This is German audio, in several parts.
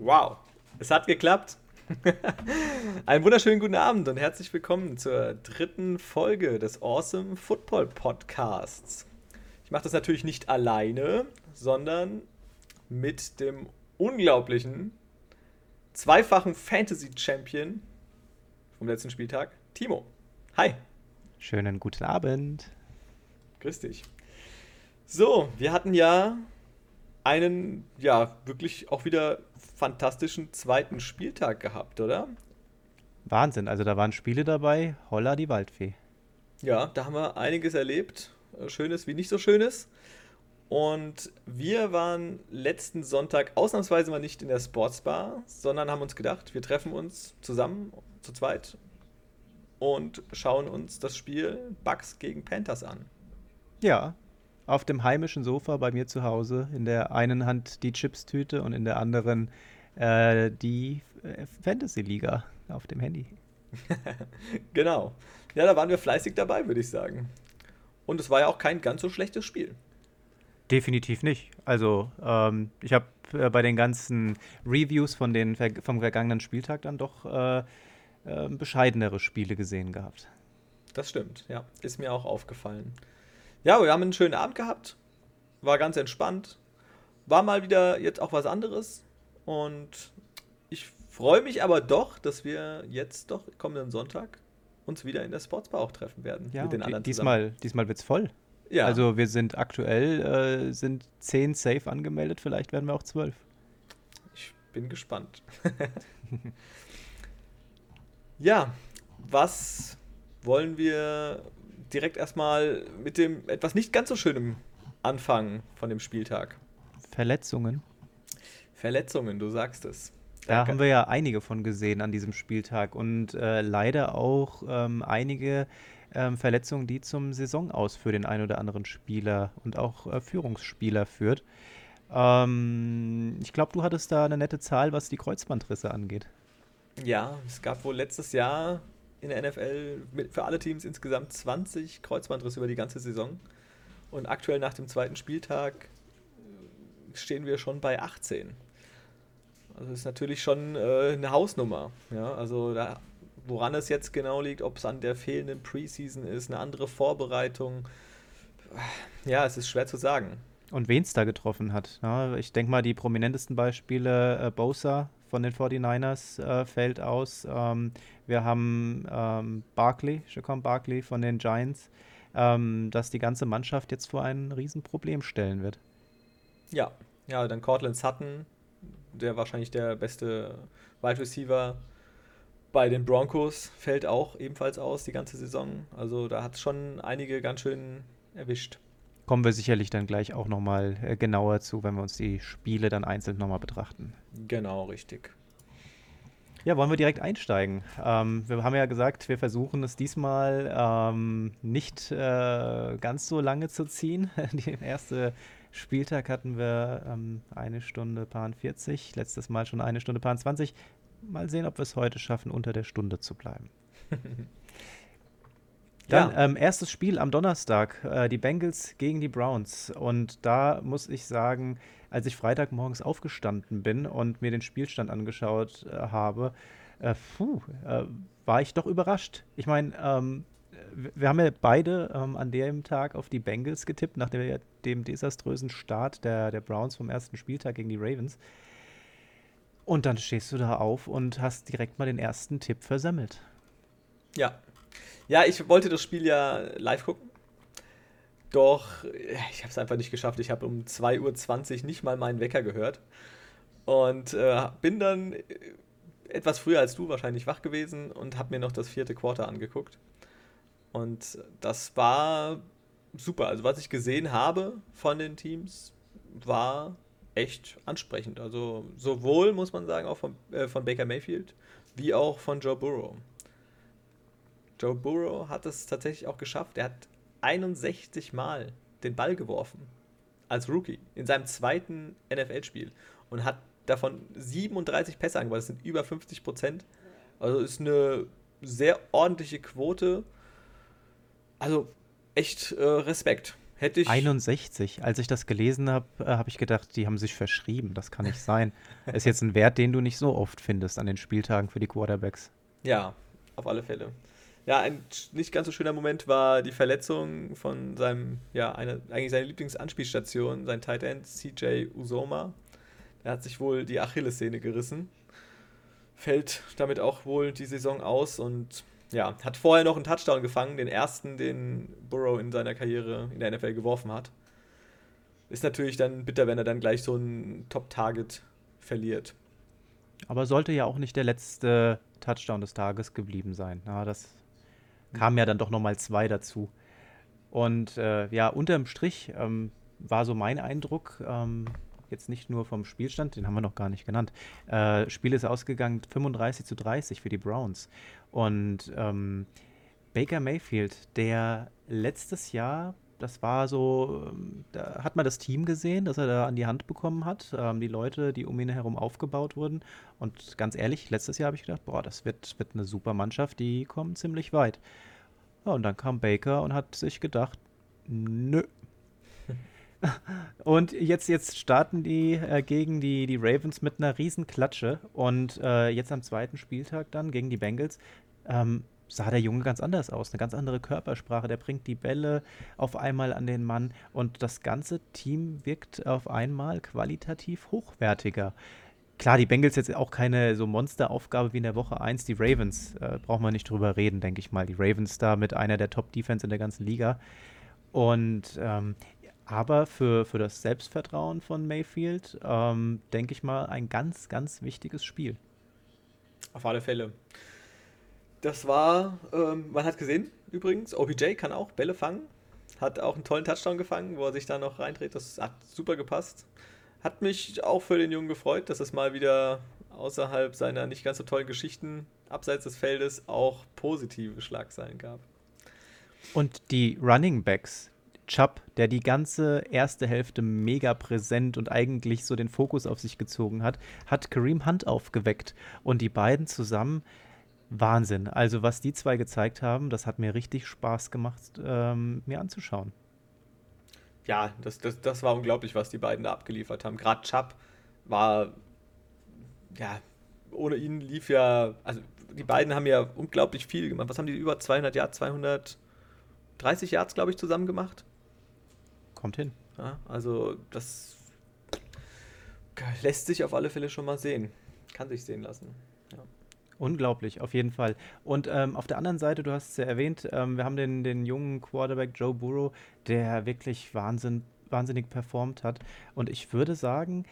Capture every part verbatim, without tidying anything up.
Wow, es hat geklappt. Einen wunderschönen guten Abend und herzlich willkommen zur dritten Folge des Awesome Football Podcasts. Ich mache das natürlich nicht alleine, sondern mit dem unglaublichen, zweifachen Fantasy-Champion vom letzten Spieltag, Timo. Hi. Schönen guten Abend. Grüß dich. So, wir hatten ja einen, ja, wirklich auch wieder fantastischen zweiten Spieltag gehabt, oder? Wahnsinn, also da waren Spiele dabei, holla die Waldfee. Ja, da haben wir einiges erlebt. äh, Schönes wie nicht so Schönes. Und wir waren letzten Sonntag ausnahmsweise mal nicht in der Sportsbar, sondern haben uns gedacht, wir treffen uns zusammen, zu zweit, und schauen uns das Spiel Bucks gegen Panthers an. Ja, auf dem heimischen Sofa bei mir zu Hause, in der einen Hand die Chipstüte und in der anderen äh, die äh, Fantasy-Liga auf dem Handy. Genau. Ja, da waren wir fleißig dabei, würde ich sagen. Und es war ja auch kein ganz so schlechtes Spiel. Definitiv nicht. Also ähm, ich habe äh, bei den ganzen Reviews von den Ver vom vergangenen Spieltag dann doch äh, äh, bescheidenere Spiele gesehen gehabt. Das stimmt, ja. Ist mir auch aufgefallen. Ja, wir haben einen schönen Abend gehabt. War ganz entspannt. War mal wieder jetzt auch was anderes. Und ich freue mich aber doch, dass wir jetzt doch kommenden Sonntag uns wieder in der Sportsbar auch treffen werden. Ja, Mit den und di anderen zusammen. diesmal, diesmal wird's voll. Ja, Also wir sind aktuell äh, sind zehn safe angemeldet, vielleicht werden wir auch zwölf. ich bin gespannt. Ja, was wollen wir direkt erstmal mit dem etwas nicht ganz so schönen anfangen von dem Spieltag? Verletzungen. Verletzungen, du sagst es. Da Da ka- haben wir ja einige von gesehen an diesem Spieltag und äh, leider auch ähm, einige ähm, Verletzungen, die zum Saisonaus für den einen oder anderen Spieler und auch äh, Führungsspieler führt. Ähm, ich glaube, du hattest da eine nette Zahl, was die Kreuzbandrisse angeht. Ja, es gab wohl letztes Jahr in der N F L mit, für alle Teams insgesamt zwanzig Kreuzbandrisse über die ganze Saison. Und aktuell nach dem zweiten Spieltag stehen wir schon bei achtzehn. Also ist natürlich schon äh, eine Hausnummer. Ja, also da, woran es jetzt genau liegt, ob es an der fehlenden Preseason ist, eine andere Vorbereitung, ja, es ist schwer zu sagen. Und wen es da getroffen hat. Ne? Ich denke mal, die prominentesten Beispiele, äh, Bosa von den forty-niners äh, fällt aus. Ähm, wir haben ähm, Barkley, Saquon Barkley von den Giants, ähm, dass die ganze Mannschaft jetzt vor ein Riesenproblem stellen wird. Ja, ja, dann Cortland Sutton, der wahrscheinlich der beste Wide Receiver bei den Broncos, fällt auch ebenfalls aus die ganze Saison. Also da hat es schon einige ganz schön erwischt. Kommen wir sicherlich dann gleich auch nochmal äh, genauer zu, wenn wir uns die Spiele dann einzeln nochmal betrachten. Genau, richtig. Ja, wollen wir direkt einsteigen? Ähm, wir haben ja gesagt, wir versuchen es diesmal ähm, nicht äh, ganz so lange zu ziehen. Den ersten Spieltag hatten wir ähm, eine Stunde vierzig, letztes Mal schon eine Stunde zwanzig. Mal sehen, ob wir es heute schaffen, unter der Stunde zu bleiben. Dann Ja, ähm, erstes Spiel am Donnerstag, äh, die Bengals gegen die Browns. Und da muss ich sagen, als ich Freitagmorgens aufgestanden bin und mir den Spielstand angeschaut äh, habe, äh, puh, äh, war ich doch überrascht. Ich meine, ähm, w- wir haben ja beide ähm, an dem Tag auf die Bengals getippt, nach dem, dem desaströsen Start der, der Browns vom ersten Spieltag gegen die Ravens. Und dann stehst du da auf und hast direkt mal den ersten Tipp versammelt. ja. Ja, ich wollte das Spiel ja live gucken. Doch äh, ich habe es einfach nicht geschafft. Ich habe um zwei Uhr zwanzig nicht mal meinen Wecker gehört. Und äh, bin dann äh, etwas früher als du wahrscheinlich wach gewesen und habe mir noch das vierte Quarter angeguckt. Und das war super. Also was ich gesehen habe von den Teams, war echt ansprechend. Also sowohl, muss man sagen, auch von, äh, von Baker Mayfield, wie auch von Joe Burrow. Joe Burrow hat es tatsächlich auch geschafft. Er hat einundsechzig Mal den Ball geworfen als Rookie in seinem zweiten N F L-Spiel und hat davon siebenunddreißig Pässe angebracht. Das sind über fünfzig Prozent. Also ist eine sehr ordentliche Quote. Also echt äh, Respekt. Hätte ich, einundsechzig. Als ich das gelesen habe, äh, habe ich gedacht, die haben sich verschrieben. Das kann nicht sein. Ist jetzt ein Wert, den du nicht so oft findest an den Spieltagen für die Quarterbacks. ja, auf alle Fälle. Ja, ein nicht ganz so schöner Moment war die Verletzung von seinem, ja, eine, eigentlich seine Lieblingsanspielstation, sein Tight End C J Uzoma. Er hat sich wohl die Achillessehne gerissen, fällt damit auch wohl die Saison aus und ja, hat vorher noch einen Touchdown gefangen, den ersten, den Burrow in seiner Karriere in der N F L geworfen hat. Ist natürlich dann bitter, wenn er dann gleich so ein Top-Target verliert. Aber sollte ja auch nicht der letzte Touchdown des Tages geblieben sein. Na, das kamen ja dann doch nochmal zwei dazu. Und äh, ja, unterm Strich ähm, war so mein Eindruck, ähm, jetzt nicht nur vom Spielstand, den haben wir noch gar nicht genannt. Äh, Spiel ist ausgegangen fünfunddreißig zu dreißig für die Browns. Und ähm, Baker Mayfield, der letztes Jahr, das war so, ähm, da hat man das Team gesehen, das er da an die Hand bekommen hat, ähm, die Leute, die um ihn herum aufgebaut wurden. Und ganz ehrlich, letztes Jahr habe ich gedacht, boah, das wird, wird eine super Mannschaft, die kommen ziemlich weit. Ja, und dann kam Baker und hat sich gedacht, nö. Und jetzt, jetzt starten die äh, gegen die, die Ravens mit einer riesen Klatsche. Und äh, jetzt am zweiten Spieltag dann gegen die Bengals ähm, sah der Junge ganz anders aus. Eine ganz andere Körpersprache. Der bringt die Bälle auf einmal an den Mann. Und das ganze Team wirkt auf einmal qualitativ hochwertiger. Klar, die Bengals jetzt auch keine so Monsteraufgabe wie in der Woche eins. Die Ravens, äh, brauchen wir nicht drüber reden, denke ich mal. Die Ravens da mit einer der Top-Defense in der ganzen Liga. Und ähm, aber für, für das Selbstvertrauen von Mayfield, ähm, denke ich mal, ein ganz, ganz wichtiges Spiel. Auf alle Fälle. Das war, ähm, man hat gesehen übrigens, O B J kann auch Bälle fangen. Hat auch einen tollen Touchdown gefangen, wo er sich da noch reindreht. Das hat super gepasst. Hat mich auch für den Jungen gefreut, dass es mal wieder außerhalb seiner nicht ganz so tollen Geschichten abseits des Feldes auch positive Schlagzeilen gab. Und die Running Backs, Chubb, der die ganze erste Hälfte mega präsent und eigentlich so den Fokus auf sich gezogen hat, hat Kareem Hunt aufgeweckt. Und die beiden zusammen, Wahnsinn. Also was die zwei gezeigt haben, das hat mir richtig Spaß gemacht, ähm, mir anzuschauen. Ja, das, das, das war unglaublich, was die beiden da abgeliefert haben. Gerade Chubb war, ja, ohne ihn lief ja, also die beiden haben ja unglaublich viel gemacht. Was haben die über zweihundert Yards, zweihundertdreißig Yards, glaube ich, zusammen gemacht? Kommt hin. Ja, also das lässt sich auf alle Fälle schon mal sehen. Kann sich sehen lassen. Ja. Unglaublich, auf jeden Fall. Und ähm, auf der anderen Seite, du hast es ja erwähnt, ähm, wir haben den, den jungen Quarterback Joe Burrow, der wirklich Wahnsinn, wahnsinnig performt hat. Und ich würde sagen,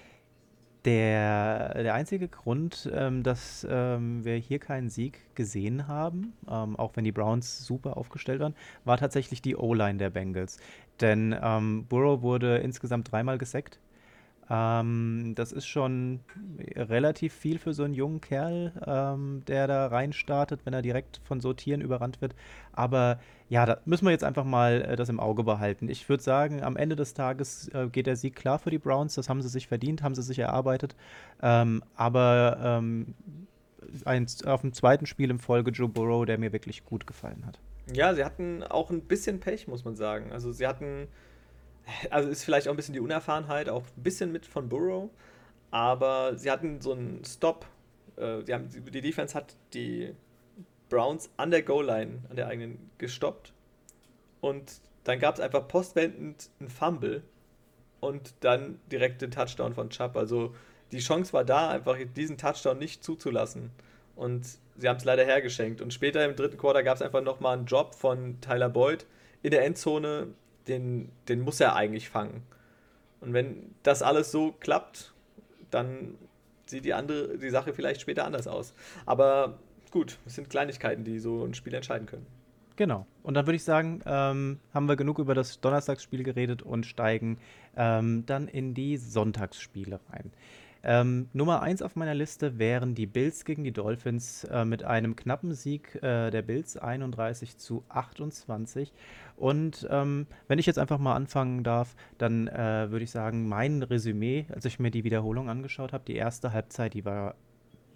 der, der einzige Grund, ähm, dass ähm, wir hier keinen Sieg gesehen haben, ähm, auch wenn die Browns super aufgestellt waren, war tatsächlich die O-Line der Bengals. Denn ähm, Burrow wurde insgesamt dreimal gesackt. Ähm, das ist schon relativ viel für so einen jungen Kerl, ähm, der da reinstartet, wenn er direkt von so Tieren überrannt wird. Aber ja, da müssen wir jetzt einfach mal äh, das im Auge behalten. Ich würde sagen, am Ende des Tages äh, geht der Sieg klar für die Browns. Das haben sie sich verdient, haben sie sich erarbeitet. Ähm, aber ähm, ein, auf dem zweiten Spiel in Folge Joe Burrow, der mir wirklich gut gefallen hat. Ja, sie hatten auch ein bisschen Pech, muss man sagen. Also sie hatten, also ist vielleicht auch ein bisschen die Unerfahrenheit, auch ein bisschen mit von Burrow, aber sie hatten so einen Stop. Äh, sie haben, die Defense hat die Browns an der Goal-Line, an der eigenen, gestoppt und dann gab es einfach postwendend einen Fumble und dann direkt den Touchdown von Chubb. Also die Chance war da, einfach diesen Touchdown nicht zuzulassen. Und sie haben es leider hergeschenkt. Und später im dritten Quarter gab es einfach nochmal einen Drop von Tyler Boyd in der Endzone. Den, den muss er eigentlich fangen. Und wenn das alles so klappt, dann sieht die, andere, die Sache vielleicht später anders aus. Aber gut, es sind Kleinigkeiten, die so ein Spiel entscheiden können. Genau. Und dann würde ich sagen, ähm, haben wir genug über das Donnerstagsspiel geredet und steigen ähm, dann in die Sonntagsspiele rein. Ähm, Nummer eins auf meiner Liste wären die Bills gegen die Dolphins äh, mit einem knappen Sieg äh, der Bills einunddreißig zu achtundzwanzig. Und ähm, wenn ich jetzt einfach mal anfangen darf, dann äh, würde ich sagen, mein Resümee, als ich mir die Wiederholung angeschaut habe, die erste Halbzeit, die war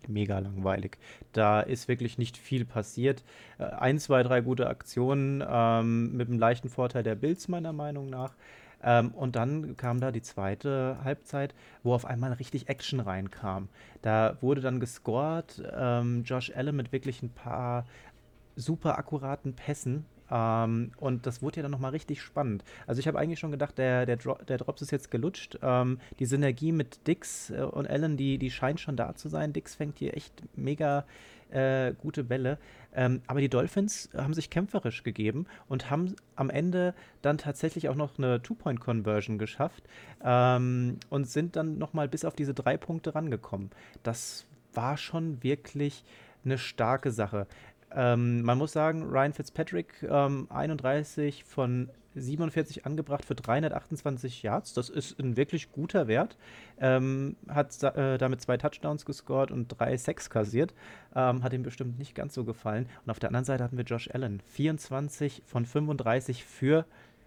mega langweilig. Da ist wirklich nicht viel passiert. Äh, ein, zwei, drei gute Aktionen ähm, mit einem leichten Vorteil der Bills meiner Meinung nach. Ähm, und dann kam da die zweite Halbzeit, wo auf einmal richtig Action reinkam. Da wurde dann gescored. Ähm, Josh Allen mit wirklich ein paar super akkuraten Pässen. Ähm, und das wurde ja dann nochmal richtig spannend. Also ich habe eigentlich schon gedacht, der, der, Dro der Drops ist jetzt gelutscht. Ähm, die Synergie mit Dix äh, und Allen, die, die scheint schon da zu sein. Dix fängt hier echt mega äh, gute Bälle. Ähm, aber die Dolphins haben sich kämpferisch gegeben und haben am Ende dann tatsächlich auch noch eine Two-Point-Conversion geschafft ähm, und sind dann nochmal bis auf diese drei Punkte rangekommen. Das war schon wirklich eine starke Sache. Ähm, man muss sagen, Ryan Fitzpatrick, ähm, einunddreißig von siebenundvierzig angebracht für dreihundertachtundzwanzig Yards. Das ist ein wirklich guter Wert. Ähm, hat äh, damit zwei Touchdowns gescored und drei Sacks kassiert. Ähm, hat ihm bestimmt nicht ganz so gefallen. Und auf der anderen Seite hatten wir Josh Allen. vierundzwanzig von fünfunddreißig für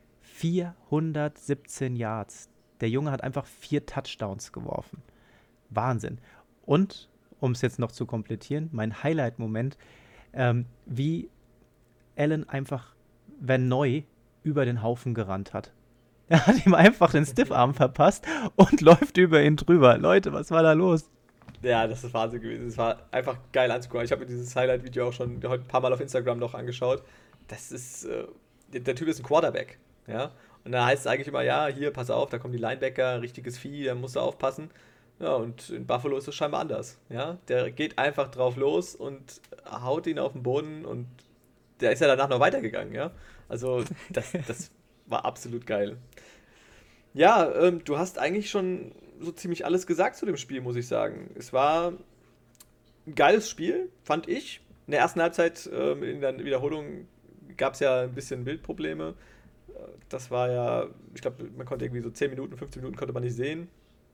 vierhundertsiebzehn Yards. Der Junge hat einfach vier Touchdowns geworfen. Wahnsinn. Und, um es jetzt noch zu komplettieren, mein Highlight-Moment, ähm, wie Allen einfach Van Noy über den Haufen gerannt hat. Er hat ihm einfach den Stiffarm verpasst und läuft über ihn drüber. Leute, was war da los? Ja, das ist Wahnsinn gewesen. Es war einfach geil anzugucken. Ich habe mir dieses Highlight-Video auch schon heute ein paar Mal auf Instagram noch angeschaut. Das ist, äh, der, der Typ ist ein Quarterback, ja. Und da heißt es eigentlich immer, ja, hier, pass auf, da kommen die Linebacker, richtiges Vieh, da musst du aufpassen. Ja, und in Buffalo ist es scheinbar anders, ja. Der geht einfach drauf los und haut ihn auf den Boden und der ist ja danach noch weitergegangen, ja. Also, das, das war absolut geil. Ja, ähm, du hast eigentlich schon so ziemlich alles gesagt zu dem Spiel, muss ich sagen. Es war ein geiles Spiel, fand ich. In der ersten Halbzeit, ähm, in der Wiederholung, gab es ja ein bisschen Bildprobleme. Äh, Das war ja, ich glaube, man konnte irgendwie so zehn Minuten, fünfzehn Minuten konnte man nicht sehen.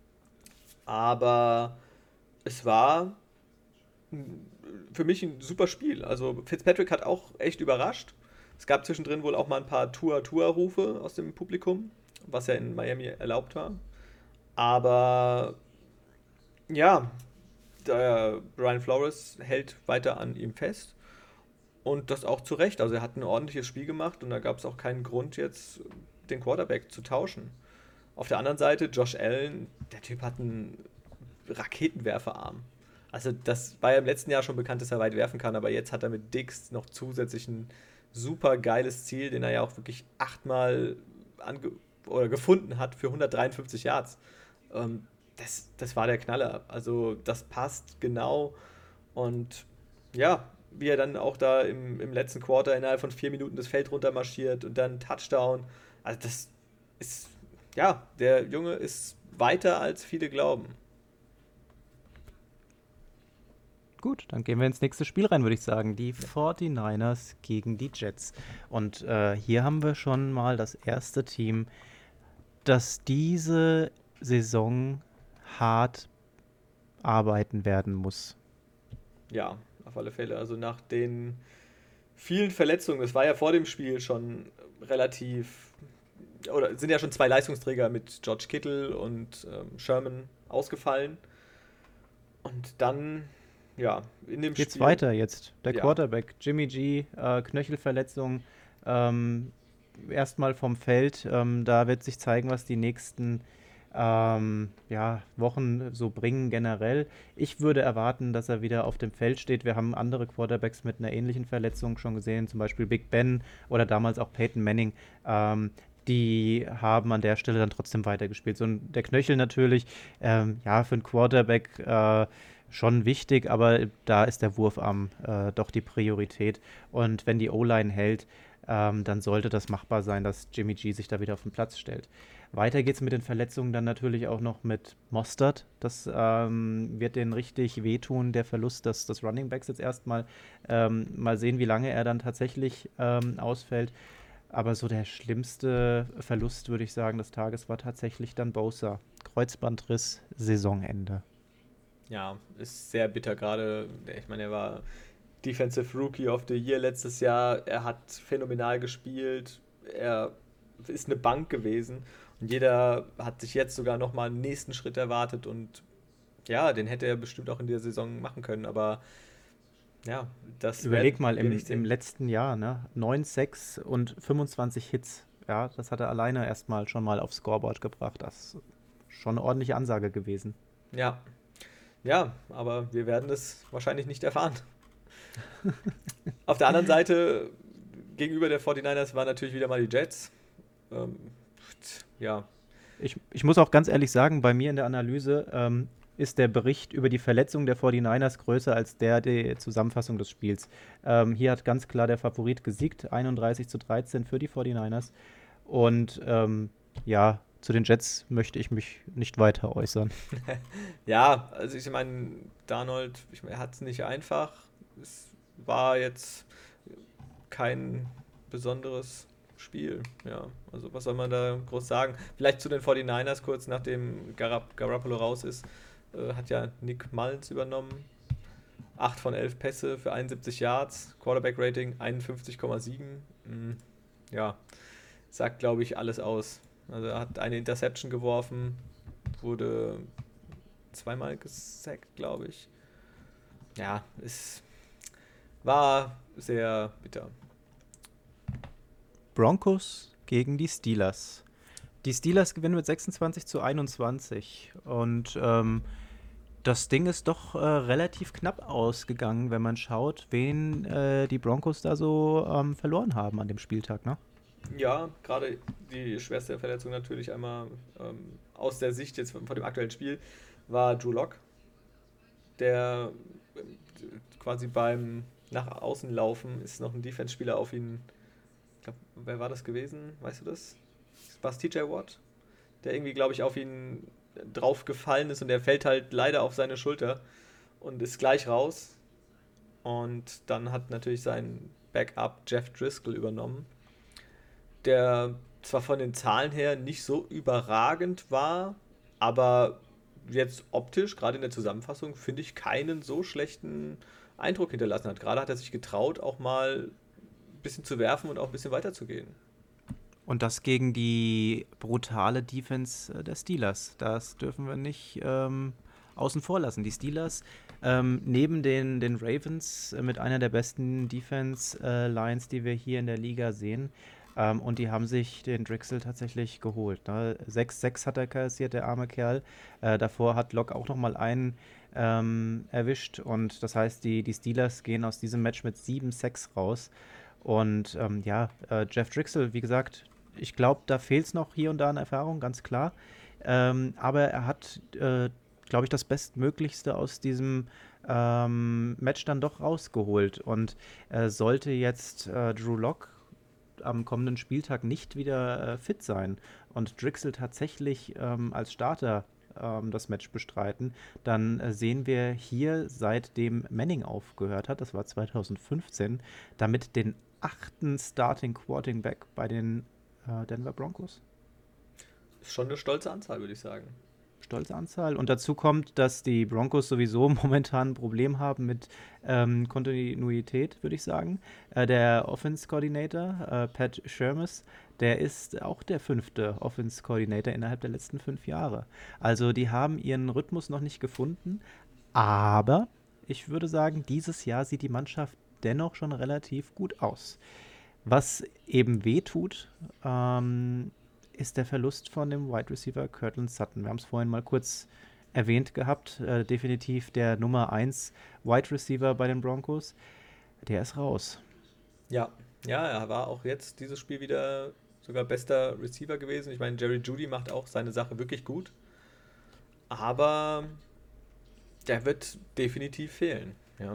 Aber es war ein- für mich ein super Spiel. Also Fitzpatrick hat auch echt überrascht. Es gab zwischendrin wohl auch mal ein paar Tua-Tua-Rufe aus dem Publikum, was ja in Miami erlaubt war. Aber ja, der Brian Flores hält weiter an ihm fest und das auch zu Recht. Also er hat ein ordentliches Spiel gemacht und da gab es auch keinen Grund jetzt den Quarterback zu tauschen. Auf der anderen Seite Josh Allen, der Typ hat einen Raketenwerferarm. Also das war ja im letzten Jahr schon bekannt, dass er weit werfen kann, aber jetzt hat er mit Dix noch zusätzlich ein super geiles Ziel, den er ja auch wirklich achtmal ange oder gefunden hat für hundertdreiundfünfzig Yards. Ähm, das, das war der Knaller. Also das passt genau. Und ja, wie er dann auch da im, im letzten Quarter innerhalb von vier Minuten das Feld runter marschiert und dann Touchdown. Also das ist, ja, der Junge ist weiter als viele glauben. Gut, dann gehen wir ins nächste Spiel rein, würde ich sagen. Die forty-niners gegen die Jets. Und äh, hier haben wir schon mal das erste Team, das diese Saison hart arbeiten werden muss. Ja, auf alle Fälle. Also nach den vielen Verletzungen, das war ja vor dem Spiel schon relativ, oder sind ja schon zwei Leistungsträger mit George Kittle und ähm, Sherman ausgefallen. Und dann, ja, in dem Geht's Spiel, weiter jetzt? Der ja, Quarterback, Jimmy G, äh, Knöchelverletzung, ähm, erstmal vom Feld. Ähm, da wird sich zeigen, was die nächsten ähm, ja, Wochen so bringen generell. Ich würde erwarten, dass er wieder auf dem Feld steht. Wir haben andere Quarterbacks mit einer ähnlichen Verletzung schon gesehen, zum Beispiel Big Ben oder damals auch Peyton Manning. Ähm, die haben an der Stelle dann trotzdem weitergespielt. So ein, der Knöchel natürlich, ähm, ja, für einen Quarterback äh, schon wichtig, aber da ist der Wurfarm äh, doch die Priorität. Und wenn die O-Line hält, ähm, dann sollte das machbar sein, dass Jimmy G sich da wieder auf den Platz stellt. Weiter geht es mit den Verletzungen dann natürlich auch noch mit Mostert. Das ähm, wird denen richtig wehtun, der Verlust des, des Running Backs jetzt erstmal. Ähm, mal sehen, wie lange er dann tatsächlich ähm, ausfällt. Aber so der schlimmste Verlust, würde ich sagen, des Tages war tatsächlich dann Bosa. Kreuzbandriss, Saisonende. ja, ist sehr bitter gerade. Ich meine, er war Defensive Rookie of the Year letztes Jahr. Er hat phänomenal gespielt. Er ist eine Bank gewesen. Und jeder hat sich jetzt sogar nochmal einen nächsten Schritt erwartet. Und Ja, den hätte er bestimmt auch in der Saison machen können, aber ja, das werden Überleg mal, wir im, nicht im sehen. letzten Jahr, ne? neun Sacks und fünfundzwanzig Hits. Ja, das hat er alleine erstmal schon mal aufs Scoreboard gebracht. Das ist schon eine ordentliche Ansage gewesen. Ja, ja, aber wir werden es wahrscheinlich nicht erfahren. Auf der anderen Seite, gegenüber der forty-niners waren natürlich wieder mal die Jets. Ähm, ja, Ich, ich muss auch ganz ehrlich sagen, bei mir in der Analyse ähm, ist der Bericht über die Verletzung der forty-niners größer als der der Zusammenfassung des Spiels. Ähm, hier hat ganz klar der Favorit gesiegt, einunddreißig zu dreizehn für die forty-niners. Und ähm, ja, zu den Jets möchte ich mich nicht weiter äußern. ja, also ich meine, Darnold, ich meine, er hat es nicht einfach. Es war jetzt kein besonderes Spiel. Ja, also was soll man da groß sagen? Vielleicht zu den forty-niners kurz, nachdem Garap Garoppolo raus ist, äh, hat ja Nick Mullins übernommen. acht von elf Pässe für einundsiebzig Yards, Quarterback-Rating einundfünfzig Komma sieben. Mm, ja, sagt, glaube ich, alles aus. Also er hat eine Interception geworfen, wurde zweimal gesackt, glaube ich. Ja, es war sehr bitter. Broncos gegen die Steelers. Die Steelers gewinnen mit sechsundzwanzig zu einundzwanzig. Und ähm, das Ding ist doch äh, relativ knapp ausgegangen, wenn man schaut, wen äh, die Broncos da so ähm, verloren haben an dem Spieltag, ne? Ja, gerade die schwerste Verletzung natürlich einmal ähm, aus der Sicht jetzt von, von dem aktuellen Spiel war Drew Lock, der ähm, quasi beim nach außen laufen ist noch ein Defense-Spieler auf ihn. Ich glaube, wer war das gewesen? Weißt du das? War es T J Watt? Der irgendwie, glaube ich, auf ihn drauf gefallen ist und der fällt halt leider auf seine Schulter und ist gleich raus. Und dann hat natürlich sein Backup Jeff Driscoll übernommen, der zwar von den Zahlen her nicht so überragend war, aber jetzt optisch, gerade in der Zusammenfassung, finde ich keinen so schlechten Eindruck hinterlassen hat. Gerade hat er sich getraut, auch mal ein bisschen zu werfen und auch ein bisschen weiterzugehen. Und das gegen die brutale Defense äh, der Steelers. Das dürfen wir nicht ähm, außen vor lassen. Die Steelers ähm, neben den, den Ravens äh, mit einer der besten Defense-Lines, die wir hier in der Liga sehen. Ähm, und die haben sich den Drexel tatsächlich geholt. Ne? sechs sechs hat er kassiert, der arme Kerl. Äh, davor hat Locke auch noch mal einen ähm, erwischt. Und das heißt, die, die Steelers gehen aus diesem Match mit sieben sechs raus. Und ähm, ja, äh, Jeff Drexel, wie gesagt, ich glaube, da fehlt es noch hier und da an Erfahrung, ganz klar. Ähm, aber er hat, äh, glaube ich, das Bestmöglichste aus diesem ähm, Match dann doch rausgeholt. Und äh, sollte jetzt äh, Drew Lock am kommenden Spieltag nicht wieder äh, fit sein und Drixel tatsächlich ähm, als Starter ähm, das Match bestreiten, dann äh, sehen wir hier, seitdem Manning aufgehört hat, das war zwanzig fünfzehn, damit den achten Starting Quarterback bei den äh, Denver Broncos. Ist schon eine stolze Anzahl, würde ich sagen. Stolze Anzahl. Und dazu kommt, dass die Broncos sowieso momentan ein Problem haben mit ähm, Kontinuität, würde ich sagen. Äh, der Offense Coordinator, äh, Pat Shermes, der ist auch der fünfte Offense Coordinator innerhalb der letzten fünf Jahre. Also die haben ihren Rhythmus noch nicht gefunden. Aber ich würde sagen, dieses Jahr sieht die Mannschaft dennoch schon relativ gut aus. Was eben wehtut, ähm, ist der Verlust von dem Wide Receiver Cortland Sutton. Wir haben es vorhin mal kurz erwähnt gehabt. Äh, definitiv der Nummer eins Wide Receiver bei den Broncos. Der ist raus. Ja, ja, er war auch jetzt dieses Spiel wieder sogar bester Receiver gewesen. Ich meine, Jerry Jeudy macht auch seine Sache wirklich gut, aber der wird definitiv fehlen. Ja,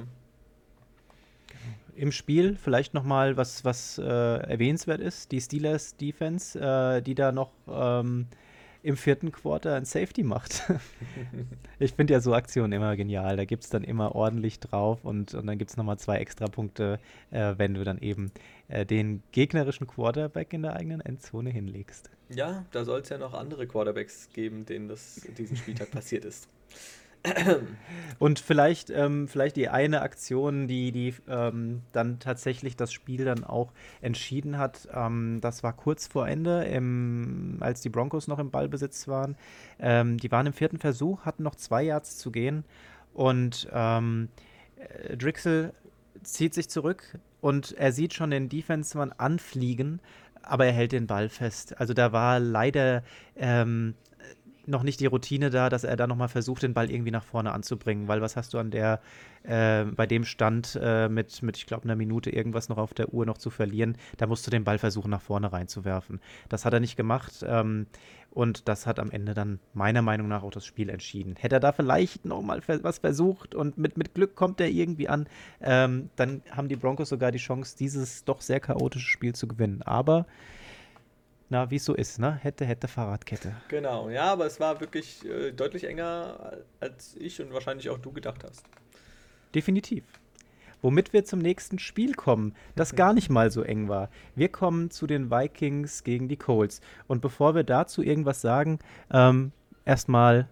Im Spiel vielleicht nochmal, was, was äh, erwähnenswert ist, die Steelers Defense, äh, die da noch ähm, im vierten Quarter ein Safety macht. Ich finde ja so Aktionen immer genial. Da gibt es dann immer ordentlich drauf und, und dann gibt es nochmal zwei Extrapunkte, äh, wenn du dann eben äh, den gegnerischen Quarterback in der eigenen Endzone hinlegst. ja, da soll es ja noch andere Quarterbacks geben, denen das diesen Spieltag passiert ist. Und vielleicht, ähm, vielleicht die eine Aktion, die, die ähm, dann tatsächlich das Spiel dann auch entschieden hat, ähm, das war kurz vor Ende, im, als die Broncos noch im Ballbesitz waren. Ähm, die waren im vierten Versuch, hatten noch zwei Yards zu gehen und ähm, äh, Drixel zieht sich zurück und er sieht schon den Defenseman anfliegen, aber er hält den Ball fest. Also da war leider ähm, noch nicht die Routine da, dass er da nochmal versucht, den Ball irgendwie nach vorne anzubringen, weil was hast du an der, äh, bei dem Stand äh, mit, mit, ich glaube, einer Minute irgendwas noch auf der Uhr noch zu verlieren, da musst du den Ball versuchen, nach vorne reinzuwerfen. Das hat er nicht gemacht ähm, und das hat am Ende dann meiner Meinung nach auch das Spiel entschieden. Hätte er da vielleicht nochmal ver- was versucht und mit, mit Glück kommt er irgendwie an, ähm, dann haben die Broncos sogar die Chance, dieses doch sehr chaotische Spiel zu gewinnen. Aber na, wie es so ist, ne? Hätte, hätte Fahrradkette. Genau, ja, aber es war wirklich äh, deutlich enger, als ich und wahrscheinlich auch du gedacht hast. Definitiv. Womit wir zum nächsten Spiel kommen, das gar nicht mal so eng war. Wir kommen zu den Vikings gegen die Colts. Und bevor wir dazu irgendwas sagen, ähm, erstmal,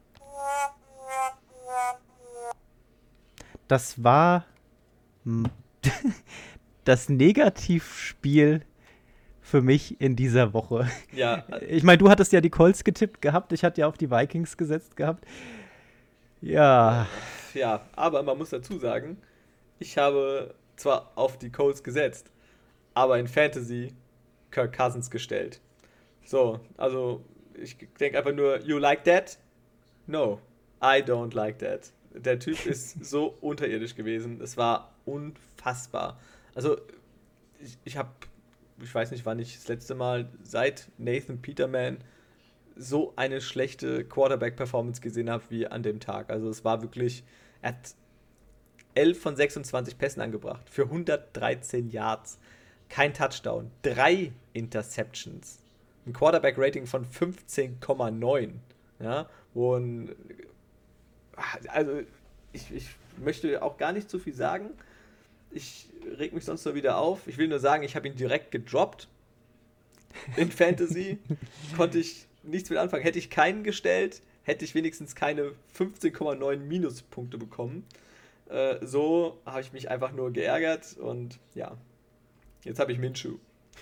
das war hm, das Negativspiel für mich in dieser Woche. Ja, Ich meine, du hattest ja die Colts getippt gehabt, ich hatte ja auf die Vikings gesetzt gehabt. Ja, äh, ja, aber man muss dazu sagen, ich habe zwar auf die Colts gesetzt, aber in Fantasy Kirk Cousins gestellt. So, also ich denke einfach nur, you like that? No, I don't like that. Der Typ ist so unterirdisch gewesen. Es war unfassbar. Also ich, ich habe, ich weiß nicht, wann ich das letzte Mal seit Nathan Peterman so eine schlechte Quarterback-Performance gesehen habe wie an dem Tag. Also es war wirklich, er hat elf von sechsundzwanzig Pässen angebracht für hundertdreizehn Yards, kein Touchdown, drei Interceptions, ein Quarterback-Rating von fünfzehn Komma neun. Ja, wo ein, also ich, ich möchte auch gar nicht zu viel sagen. Ich reg mich sonst nur wieder auf. Ich will nur sagen, ich habe ihn direkt gedroppt in Fantasy. Konnte ich nichts mit anfangen. Hätte ich keinen gestellt, hätte ich wenigstens keine fünfzehn Komma neun Minuspunkte bekommen. Äh, so habe ich mich einfach nur geärgert und ja, jetzt habe ich Minshew.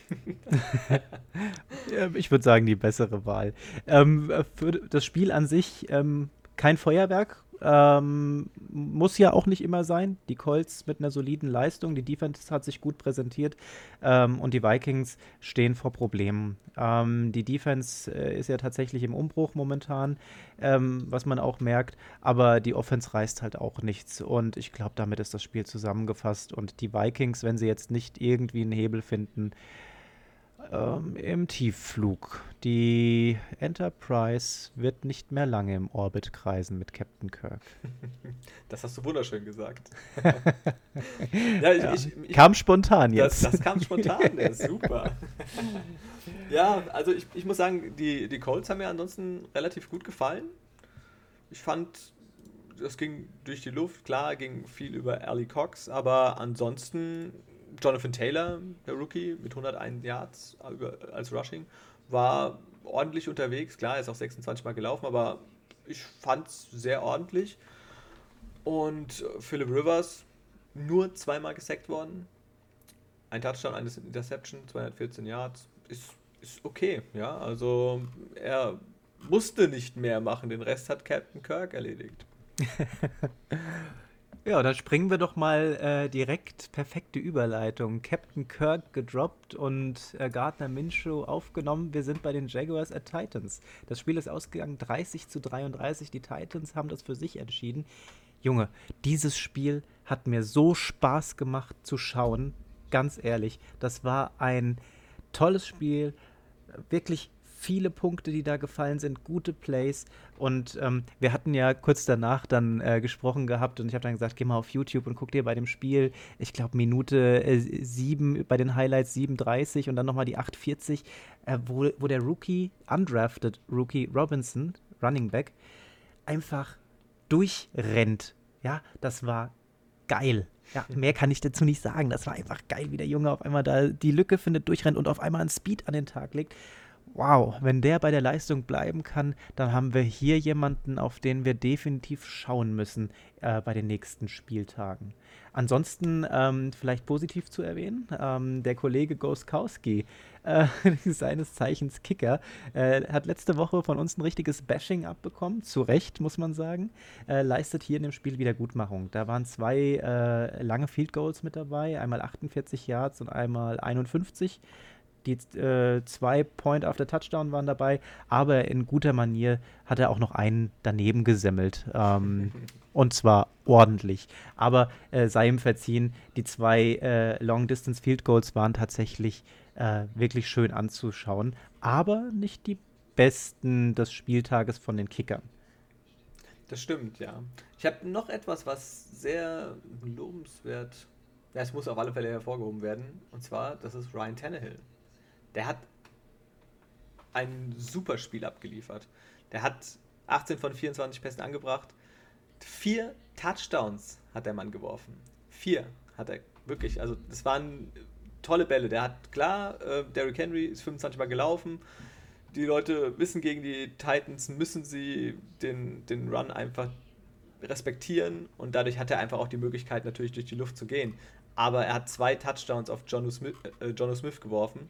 Ja, ich würde sagen, die bessere Wahl. Ähm, für das Spiel an sich ähm, kein Feuerwerk. Ähm, muss ja auch nicht immer sein. Die Colts mit einer soliden Leistung. Die Defense hat sich gut präsentiert. Ähm, und die Vikings stehen vor Problemen. Ähm, die Defense äh, ist ja tatsächlich im Umbruch momentan, ähm, was man auch merkt. Aber die Offense reißt halt auch nichts. Und ich glaube, damit ist das Spiel zusammengefasst. Und die Vikings, wenn sie jetzt nicht irgendwie einen Hebel finden, ähm, im Tiefflug. Die Enterprise wird nicht mehr lange im Orbit kreisen mit Captain Kirk. Das hast du wunderschön gesagt. Ja, ich, Ja, ich, ich, kam spontan das, jetzt. das kam spontan, der ist super. Ja, also ich, ich muss sagen, die, die Colts haben mir ansonsten relativ gut gefallen. Ich fand, das ging durch die Luft, klar, ging viel über Early Cox, aber ansonsten Jonathan Taylor, der Rookie, mit hunderteins Yards als Rushing, war ordentlich unterwegs. Klar, er ist auch sechsundzwanzig Mal gelaufen, aber ich fand es sehr ordentlich. Und Philip Rivers nur zweimal gesackt worden. Ein Touchdown, eine Interception, zweihundertvierzehn Yards. Ist, ist okay, ja. Also er musste nicht mehr machen. Den Rest hat Captain Kirk erledigt. Ja, dann springen wir doch mal äh, direkt perfekte Überleitung. Captain Kirk gedroppt und äh, Gardner Minshew aufgenommen. Wir sind bei den Jaguars at Titans. Das Spiel ist ausgegangen dreißig zu dreiunddreißig. Die Titans haben das für sich entschieden. Junge, dieses Spiel hat mir so Spaß gemacht zu schauen. Ganz ehrlich, das war ein tolles Spiel. Wirklich viele Punkte, die da gefallen sind, gute Plays. Und ähm, wir hatten ja kurz danach dann äh, gesprochen gehabt und ich habe dann gesagt, geh mal auf YouTube und guck dir bei dem Spiel, ich glaube Minute äh, sieben, bei den Highlights siebenunddreißig und dann nochmal die acht vierzig, äh, wo, wo der Rookie, undrafted Rookie Robinson, Running Back, einfach durchrennt. Ja, das war geil. Ja, mehr kann ich dazu nicht sagen. Das war einfach geil, wie der Junge auf einmal da die Lücke findet, durchrennt und auf einmal einen Speed an den Tag legt. wow, wenn der bei der Leistung bleiben kann, dann haben wir hier jemanden, auf den wir definitiv schauen müssen äh, bei den nächsten Spieltagen. Ansonsten ähm, vielleicht positiv zu erwähnen, ähm, der Kollege Gostkowski, äh, seines Zeichens Kicker, äh, hat letzte Woche von uns ein richtiges Bashing abbekommen, zu Recht, muss man sagen, äh, leistet hier in dem Spiel Wiedergutmachung. Da waren zwei äh, lange Field Goals mit dabei, einmal achtundvierzig Yards und einmal einundfünfzig. Die äh, zwei Point after Touchdown waren dabei, aber in guter Manier hat er auch noch einen daneben gesemmelt. Ähm, und zwar ordentlich. Aber äh, sei ihm verziehen, die zwei äh, Long Distance Field Goals waren tatsächlich äh, wirklich schön anzuschauen, aber nicht die besten des Spieltages von den Kickern. Das stimmt, ja. Ich habe noch etwas, was sehr lobenswert, ja, es muss auf alle Fälle hervorgehoben werden, und zwar, das ist Ryan Tannehill. Der hat ein super Spiel abgeliefert. Der hat achtzehn von vierundzwanzig Pässen angebracht. Vier Touchdowns hat der Mann geworfen. Vier hat er wirklich. Also das waren tolle Bälle. Der hat klar, äh, Derrick Henry ist fünfundzwanzig Mal gelaufen. Die Leute wissen, gegen die Titans müssen sie den, den Run einfach respektieren und dadurch hat er einfach auch die Möglichkeit, natürlich durch die Luft zu gehen. Aber er hat zwei Touchdowns auf Jonnu Smith, äh, Jonnu Smith geworfen,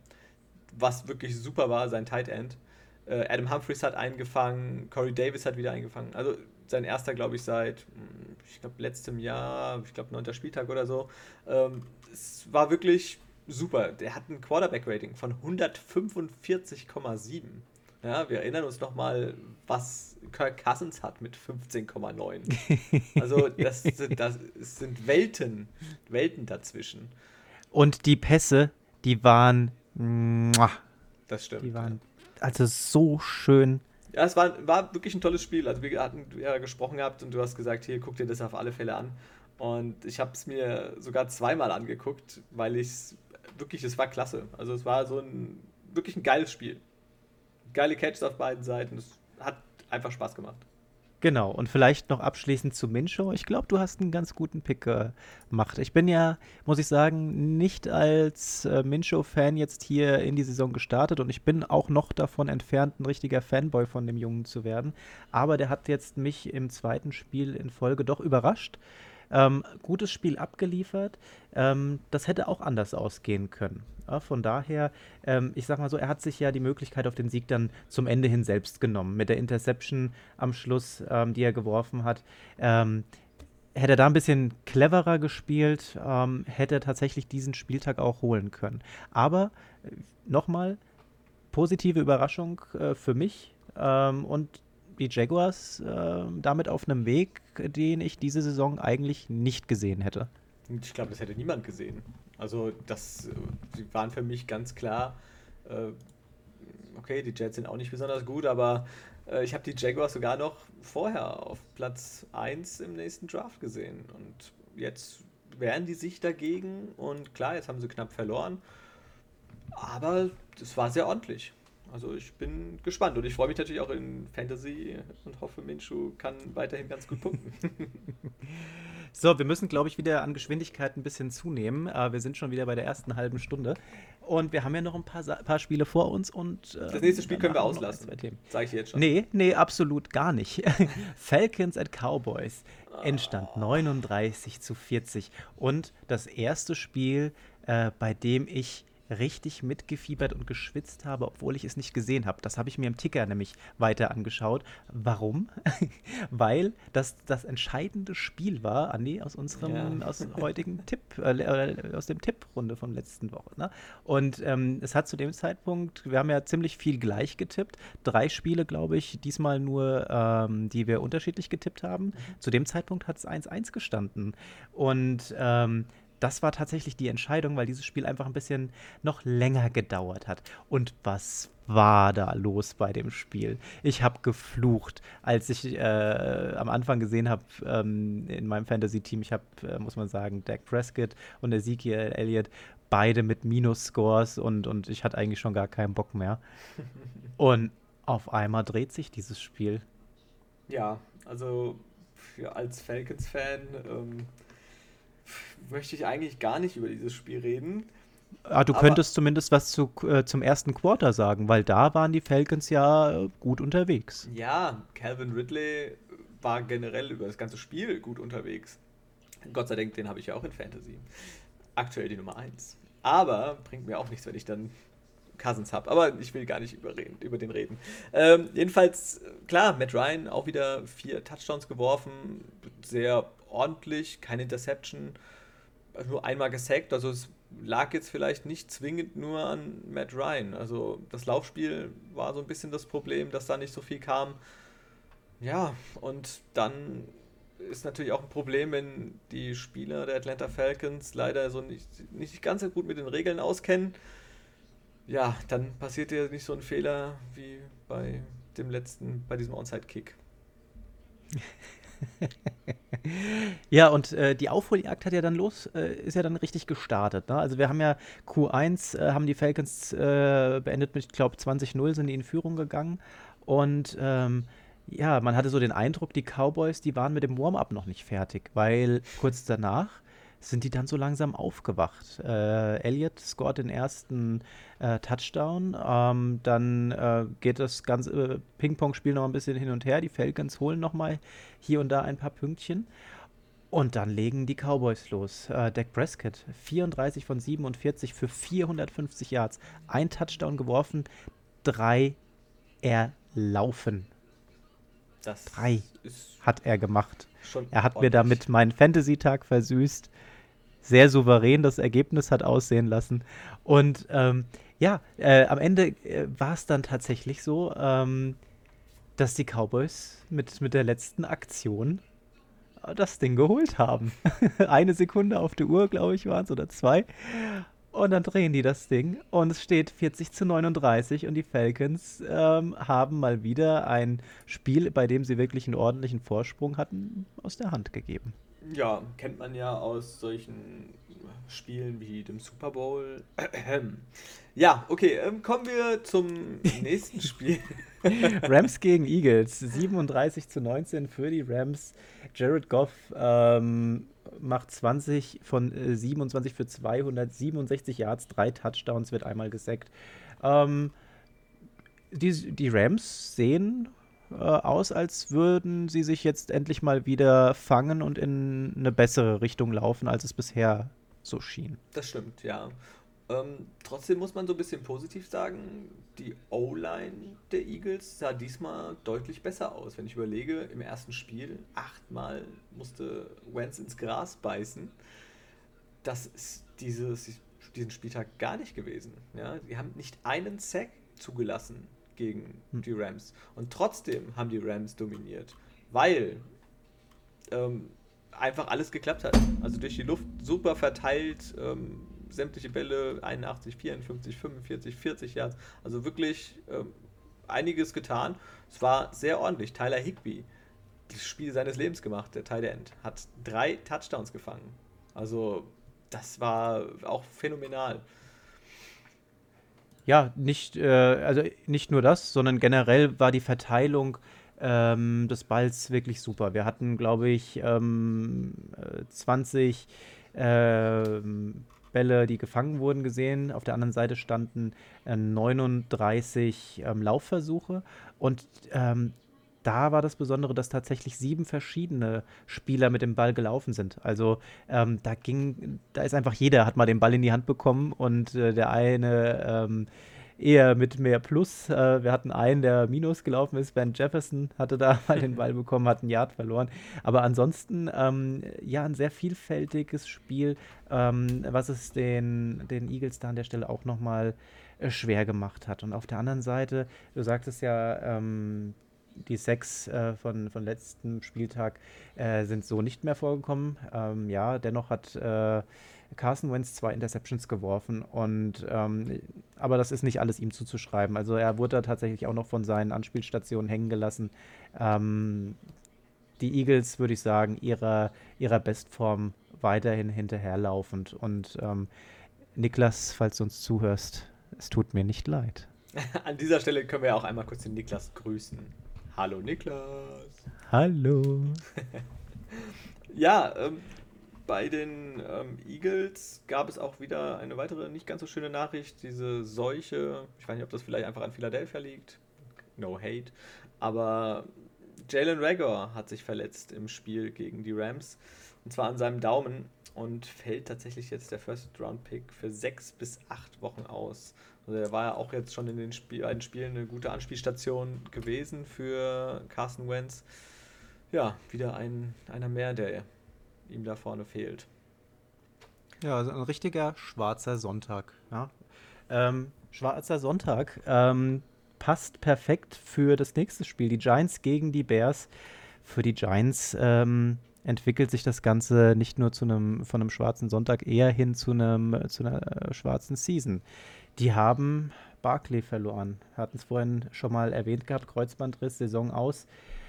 was wirklich super war, sein Tight End. Äh, Adam Humphries hat eingefangen, Corey Davis hat wieder eingefangen. Also sein erster, glaube ich, seit, ich glaube, letztem Jahr, ich glaube, neunter Spieltag oder so. Ähm, es war wirklich super. Der hat ein Quarterback-Rating von hundertfünfundvierzig Komma sieben. Ja, wir erinnern uns nochmal, was Kirk Cousins hat mit fünfzehn Komma neun. Also das sind, das sind Welten, Welten dazwischen. Und die Pässe, die waren, muah, Das stimmt. die Ja. waren also so schön. Ja, es war, war wirklich ein tolles Spiel. Also wir hatten ja gesprochen gehabt und du hast gesagt, hier, guck dir das auf alle Fälle an. Und ich habe es mir sogar zweimal angeguckt, weil ich es wirklich, es war klasse. Also es war so ein, wirklich ein geiles Spiel. Geile Catches auf beiden Seiten. Es hat einfach Spaß gemacht. Genau, und vielleicht noch abschließend zu Minshew. Ich glaube, du hast einen ganz guten Pick äh, gemacht. Ich bin ja, muss ich sagen, nicht als äh, Minshew-Fan jetzt hier in die Saison gestartet und ich bin auch noch davon entfernt, ein richtiger Fanboy von dem Jungen zu werden. Aber der hat jetzt mich im zweiten Spiel in Folge doch überrascht. Ähm, gutes Spiel abgeliefert. Ähm, das hätte auch anders ausgehen können. Ja, von daher, ähm, ich sag mal so, er hat sich ja die Möglichkeit auf den Sieg dann zum Ende hin selbst genommen. Mit der Interception am Schluss, ähm, die er geworfen hat. Ähm, hätte er da ein bisschen cleverer gespielt, ähm, hätte er tatsächlich diesen Spieltag auch holen können. Aber äh, nochmal, positive Überraschung äh, für mich ähm, und die Jaguars äh, damit auf einem Weg, den ich diese Saison eigentlich nicht gesehen hätte. Und ich glaube, das hätte niemand gesehen. Also das, äh, sie waren für mich ganz klar, äh, okay, die Jets sind auch nicht besonders gut, aber äh, ich habe die Jaguars sogar noch vorher auf Platz eins im nächsten Draft gesehen. Und jetzt wehren die sich dagegen und klar, jetzt haben sie knapp verloren, aber das war sehr ordentlich. Also ich bin gespannt und ich freue mich natürlich auch in Fantasy und hoffe, Minshew kann weiterhin ganz gut punkten. So, wir müssen, glaube ich, wieder an Geschwindigkeit ein bisschen zunehmen. Äh, wir sind schon wieder bei der ersten halben Stunde. Und wir haben ja noch ein paar, Sa paar Spiele vor uns und Das ähm, nächste Spiel können danach wir auch noch ein, auslassen, zwei Themen. sage ich dir jetzt schon. Nee, nee, absolut gar nicht. Falcons at Cowboys. Endstand neununddreißig zu vierzig. Und das erste Spiel, äh, bei dem ich richtig mitgefiebert und geschwitzt habe, obwohl ich es nicht gesehen habe. Das habe ich mir im Ticker nämlich weiter angeschaut. Warum? Weil das das entscheidende Spiel war, Andi, aus Ja. unserem, aus heutigen Tipp, äh, äh, aus dem Tipprunde von letzten Woche. Ne? Und ähm, es hat zu dem Zeitpunkt, wir haben ja ziemlich viel gleich getippt, drei Spiele, glaube ich, diesmal nur, ähm, die wir unterschiedlich getippt haben. Zu dem Zeitpunkt hat es eins eins gestanden. Und ähm, das war tatsächlich die Entscheidung, weil dieses Spiel einfach ein bisschen noch länger gedauert hat. Und was war da los bei dem Spiel? Ich habe geflucht, als ich äh, am Anfang gesehen habe ähm, in meinem Fantasy-Team, ich habe, äh, muss man sagen, Dak Prescott und Ezekiel Elliott, beide mit Minus-Scores und, und ich hatte eigentlich schon gar keinen Bock mehr. Und auf einmal dreht sich dieses Spiel. Ja, also für, als Falcons-Fan ähm, möchte ich eigentlich gar nicht über dieses Spiel reden, Ah, du Aber könntest zumindest was zu, äh, zum ersten Quarter sagen, weil da waren die Falcons ja äh, gut unterwegs. ja, Calvin Ridley war generell über das ganze Spiel gut unterwegs. Gott sei Dank, den habe ich ja auch in Fantasy. Aktuell die Nummer eins. Aber bringt mir auch nichts, wenn ich dann Cousins habe. Aber ich will gar nicht über, reden, über den reden. Ähm, jedenfalls, klar, Matt Ryan auch wieder vier Touchdowns geworfen. Sehr ordentlich, keine Interception. Nur einmal gesackt. Also es lag jetzt vielleicht nicht zwingend nur an Matt Ryan. Also das Laufspiel war so ein bisschen das Problem, dass da nicht so viel kam. Ja, und dann ist natürlich auch ein Problem, wenn die Spieler der Atlanta Falcons leider so nicht, nicht ganz so gut mit den Regeln auskennen. Ja, dann passiert ja nicht so ein Fehler wie bei dem letzten, bei diesem Onside-Kick. Ja, und äh, die Aufholjagd hat ja dann los, äh, ist ja dann richtig gestartet. Ne? Also wir haben ja Q eins, äh, haben die Falcons äh, beendet mit, ich glaube, zwanzig null sind die in Führung gegangen. Und ähm, ja, man hatte so den Eindruck, die Cowboys, die waren mit dem Warm-up noch nicht fertig, weil kurz danach sind die dann so langsam aufgewacht. Äh, Elliott scoret den ersten äh, Touchdown, ähm, dann äh, geht das ganze äh, Ping-Pong-Spiel noch ein bisschen hin und her. Die Falcons holen noch mal hier und da ein paar Pünktchen. Und dann legen die Cowboys los. Äh, Dak Prescott, vierunddreißig von siebenundvierzig für vierhundertfünfzig Yards. Ein Touchdown geworfen, drei erlaufen. Das Drei ist hat er gemacht. schon Er hat mir ordentlich. damit meinen Fantasy-Tag versüßt. Sehr souverän das Ergebnis hat aussehen lassen. Und ähm, ja, äh, am Ende äh, war es dann tatsächlich so, ähm, dass die Cowboys mit, mit der letzten Aktion das Ding geholt haben. Eine Sekunde auf der Uhr, glaube ich, waren es, oder zwei. Und dann drehen die das Ding und es steht vierzig zu neununddreißig und die Falcons ähm, haben mal wieder ein Spiel, bei dem sie wirklich einen ordentlichen Vorsprung hatten, aus der Hand gegeben. Ja, kennt man ja aus solchen Spielen wie dem Super Bowl. Ja, okay, ähm, kommen wir zum nächsten Spiel. Rams gegen Eagles, siebenunddreißig zu neunzehn für die Rams. Jared Goff ähm, macht zwanzig von äh, siebenundzwanzig für zweihundertsiebenundsechzig Yards, drei Touchdowns, wird einmal gesackt. Ähm, die, die Rams sehen äh, aus, als würden sie sich jetzt endlich mal wieder fangen und in eine bessere Richtung laufen, als es bisher so schien. Das stimmt, ja. Ähm, trotzdem muss man so ein bisschen positiv sagen, die O-Line der Eagles sah diesmal deutlich besser aus. Wenn ich überlege, im ersten Spiel achtmal musste Wentz ins Gras beißen. Das ist dieses, diesen Spieltag gar nicht gewesen. Ja? Die haben nicht einen Sack zugelassen gegen Hm. die Rams. Und trotzdem haben die Rams dominiert, weil ähm, einfach alles geklappt hat. Also durch die Luft super verteilt, ähm, sämtliche Bälle, einundachtzig, vierundfünfzig, fünfundvierzig, vierzig Yards. Also wirklich ähm, einiges getan. Es war sehr ordentlich. Tyler Higbee, das Spiel seines Lebens gemacht, der Tight End, hat drei Touchdowns gefangen. Also das war auch phänomenal. Ja, nicht, äh, also nicht nur das, sondern generell war die Verteilung ähm, des Balls wirklich super. Wir hatten, glaube ich, ähm, äh, zwanzig ähm, Bälle, die gefangen wurden, gesehen. Auf der anderen Seite standen äh, neununddreißig ähm, Laufversuche. Und ähm, da war das Besondere, dass tatsächlich sieben verschiedene Spieler mit dem Ball gelaufen sind. Also ähm, da ging, da ist einfach jeder, hat mal den Ball in die Hand bekommen und äh, der eine ähm, eher mit mehr Plus. Äh, wir hatten einen, der Minus gelaufen ist. Ben Jefferson hatte da mal den Ball bekommen, hat einen Yard verloren. Aber ansonsten, ähm, ja, ein sehr vielfältiges Spiel, ähm, was es den, den Eagles da an der Stelle auch nochmal äh, schwer gemacht hat. Und auf der anderen Seite, du sagtest ja, ähm, die sechs äh, von, von letzten Spieltag äh, sind so nicht mehr vorgekommen. Ähm, ja, dennoch hat äh, Carson Wentz zwei Interceptions geworfen und ähm, aber das ist nicht alles ihm zuzuschreiben. Also er wurde da tatsächlich auch noch von seinen Anspielstationen hängen gelassen. Ähm, die Eagles, würde ich sagen, ihrer, ihrer Bestform weiterhin hinterherlaufend. Und ähm, Niklas, falls du uns zuhörst, es tut mir nicht leid. An dieser Stelle können wir ja auch einmal kurz den Niklas grüßen. Hallo Niklas. Hallo. Ja, ähm, Bei den ähm, Eagles gab es auch wieder eine weitere nicht ganz so schöne Nachricht. Diese Seuche, ich weiß nicht, ob das vielleicht einfach an Philadelphia liegt. No hate. Aber Jalen Reagor hat sich verletzt im Spiel gegen die Rams. Und zwar an seinem Daumen. Und fällt tatsächlich jetzt der First-Round-Pick für sechs bis acht Wochen aus. Also er war ja auch jetzt schon in den Spiel, beiden Spielen eine gute Anspielstation gewesen für Carson Wentz. Ja, wieder ein, einer mehr, der ihm da vorne fehlt. Ja, also ein richtiger schwarzer Sonntag. Ja. Ähm, schwarzer Sonntag ähm, passt perfekt für das nächste Spiel, die Giants gegen die Bears. Für die Giants ähm, entwickelt sich das Ganze nicht nur zu einem von einem schwarzen Sonntag, eher hin zu einem zu einer äh, schwarzen Season. Die haben Barkley verloren. Wir hatten es vorhin schon mal erwähnt gehabt, Kreuzbandriss, Saison aus.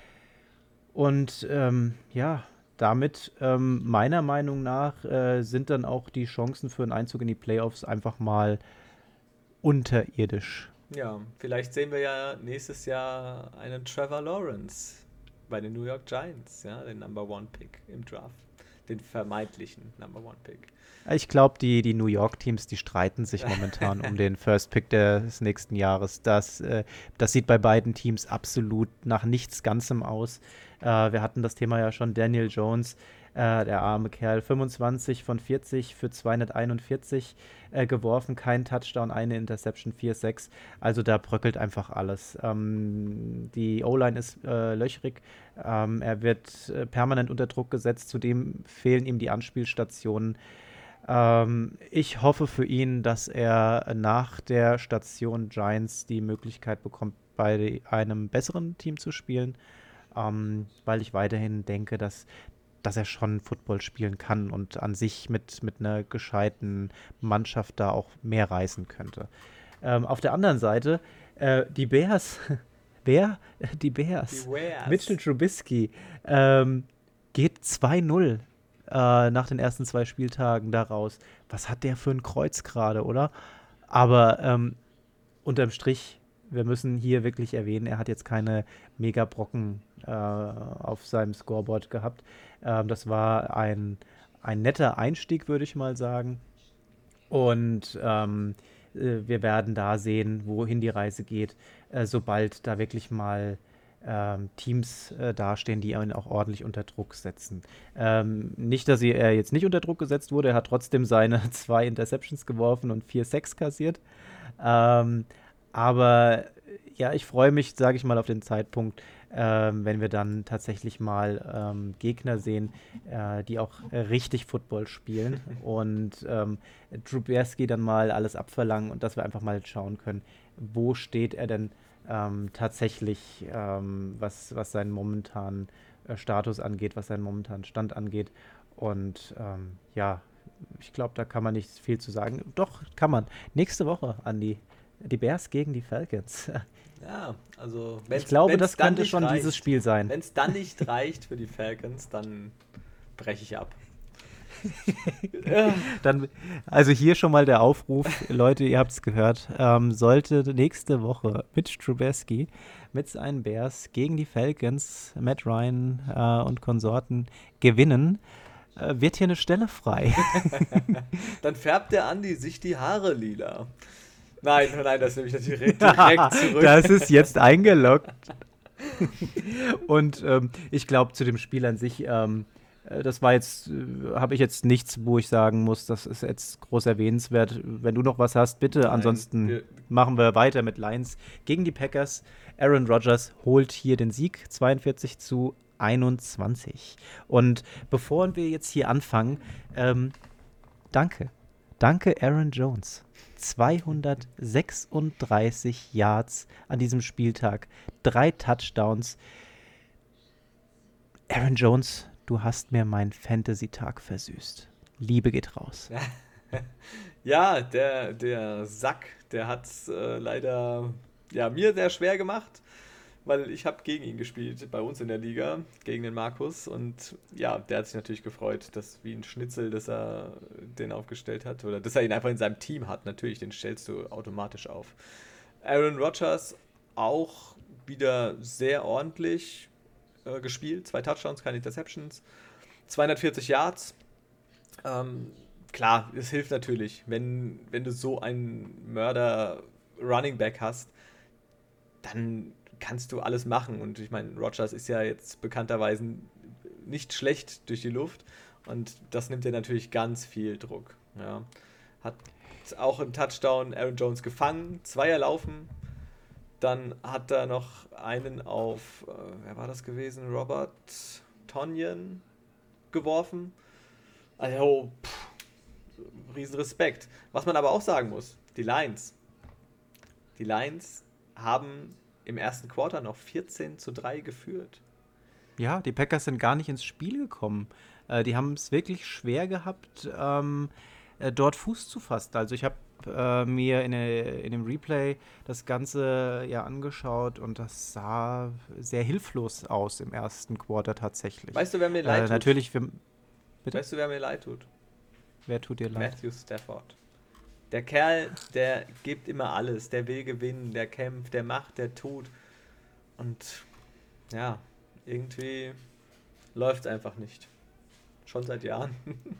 Und ähm, ja, damit ähm, meiner Meinung nach äh, sind dann auch die Chancen für einen Einzug in die Playoffs einfach mal unterirdisch. Ja, vielleicht sehen wir ja nächstes Jahr einen Trevor Lawrence bei den New York Giants, ja, den Number One Pick im Draft. Den vermeintlichen Number One Pick. Ich glaube, die, die New York-Teams, die streiten sich momentan um den First Pick des nächsten Jahres. Das, äh, das sieht bei beiden Teams absolut nach nichts Ganzem aus. Äh, wir hatten das Thema ja schon, Daniel Jones, äh, der arme Kerl, fünfundzwanzig von vierzig für zweihunderteinundvierzig äh, geworfen, kein Touchdown, eine Interception, vier sechs. Also da bröckelt einfach alles. Ähm, die O-Line ist äh, löchrig. Ähm, er wird äh, permanent unter Druck gesetzt. Zudem fehlen ihm die Anspielstationen. Ähm, ich hoffe für ihn, dass er nach der Station Giants die Möglichkeit bekommt, bei einem besseren Team zu spielen, ähm, weil ich weiterhin denke, dass, dass er schon Football spielen kann und an sich mit, mit einer gescheiten Mannschaft da auch mehr reißen könnte. Ähm, auf der anderen Seite, äh, die Bears, wer? Die Bears. Die Bears. Mitchell Trubisky ähm, geht zwei null äh, nach den ersten zwei Spieltagen daraus. Was hat der für ein Kreuz gerade, oder? Aber ähm, unterm Strich, wir müssen hier wirklich erwähnen, er hat jetzt keine Mega-Brocken äh, auf seinem Scoreboard gehabt. Ähm, das war ein, ein netter Einstieg, würde ich mal sagen. Und ähm, äh, wir werden da sehen, wohin die Reise geht, äh, sobald da wirklich mal ähm, Teams äh, dastehen, die ihn auch ordentlich unter Druck setzen. Ähm, nicht, dass er jetzt nicht unter Druck gesetzt wurde, er hat trotzdem seine zwei Interceptions geworfen und vier Sacks kassiert. Ähm, aber ja, ich freue mich, sage ich mal, auf den Zeitpunkt, ähm, wenn wir dann tatsächlich mal ähm, Gegner sehen, äh, die auch äh, richtig Football spielen und ähm, Trubisky dann mal alles abverlangen und dass wir einfach mal schauen können, wo steht er denn ähm, tatsächlich, ähm, was, was seinen momentanen äh, Status angeht, was seinen momentanen Stand angeht. Und ähm, ja, ich glaube, da kann man nicht viel zu sagen. Doch, kann man. Nächste Woche, Andi. Die Bears gegen die Falcons. Ja, also ich glaube, wenn's das dann könnte nicht schon reicht, dieses Spiel sein. Wenn es dann nicht reicht für die Falcons, dann breche ich ab. Dann, also hier schon mal der Aufruf, Leute, ihr habt es gehört, ähm, sollte nächste Woche Mitch Trubisky mit seinen Bears gegen die Falcons, Matt Ryan äh, und Konsorten gewinnen, äh, wird hier eine Stelle frei. Dann färbt der Andi sich die Haare lila. Nein, nein, das nehme ich natürlich direkt, direkt zurück. Das ist jetzt eingeloggt. Und ähm, ich glaube, zu dem Spiel an sich, ähm, das war jetzt, äh, habe ich jetzt nichts, wo ich sagen muss, das ist jetzt groß erwähnenswert. Wenn du noch was hast, bitte. Nein, Ansonsten wir, machen wir weiter mit Lions gegen die Packers. Aaron Rodgers holt hier den Sieg, zweiundvierzig zu einundzwanzig. Und bevor wir jetzt hier anfangen, ähm, danke. Danke, Aaron Jones. zweihundertsechsunddreißig Yards an diesem Spieltag. Drei Touchdowns. Aaron Jones, du hast mir meinen Fantasy-Tag versüßt. Liebe geht raus. Ja, der, der Sack, der hat es äh, leider ja, mir sehr schwer gemacht, weil ich habe gegen ihn gespielt, bei uns in der Liga, gegen den Markus. Und ja, der hat sich natürlich gefreut, dass wie ein Schnitzel, dass er den aufgestellt hat. Oder dass er ihn einfach in seinem Team hat. Natürlich, den stellst du automatisch auf. Aaron Rodgers auch wieder sehr ordentlich äh, gespielt. Zwei Touchdowns, keine Interceptions. zweihundertvierzig Yards. Ähm, klar, es hilft natürlich, wenn, wenn du so einen Mörder-Running Back hast, dann kannst du alles machen. Und ich meine, Rodgers ist ja jetzt bekannterweise nicht schlecht durch die Luft. Und das nimmt dir natürlich ganz viel Druck. Ja. Hat auch im Touchdown Aaron Jones gefangen, zwei erlaufen. Dann hat er noch einen auf, äh, wer war das gewesen? Robert Tonyan geworfen. Also, pff, riesen Respekt. Was man aber auch sagen muss, die Lions. Die Lions haben im ersten Quarter noch vierzehn zu drei geführt. Ja, die Packers sind gar nicht ins Spiel gekommen. Äh, die haben es wirklich schwer gehabt, ähm, äh, dort Fuß zu fassen. Also ich habe äh, mir in, der- in dem Replay das Ganze ja angeschaut und das sah sehr hilflos aus im ersten Quarter tatsächlich. Weißt du, wer mir Äh, leid tut? natürlich, wir, bitte? Weißt du, wer mir leid tut? Wer tut dir leid? Matthew Stafford. Der Kerl, der gibt immer alles. Der will gewinnen, der kämpft, der macht, der tut. Und ja, irgendwie läuft es einfach nicht. Schon seit Jahren.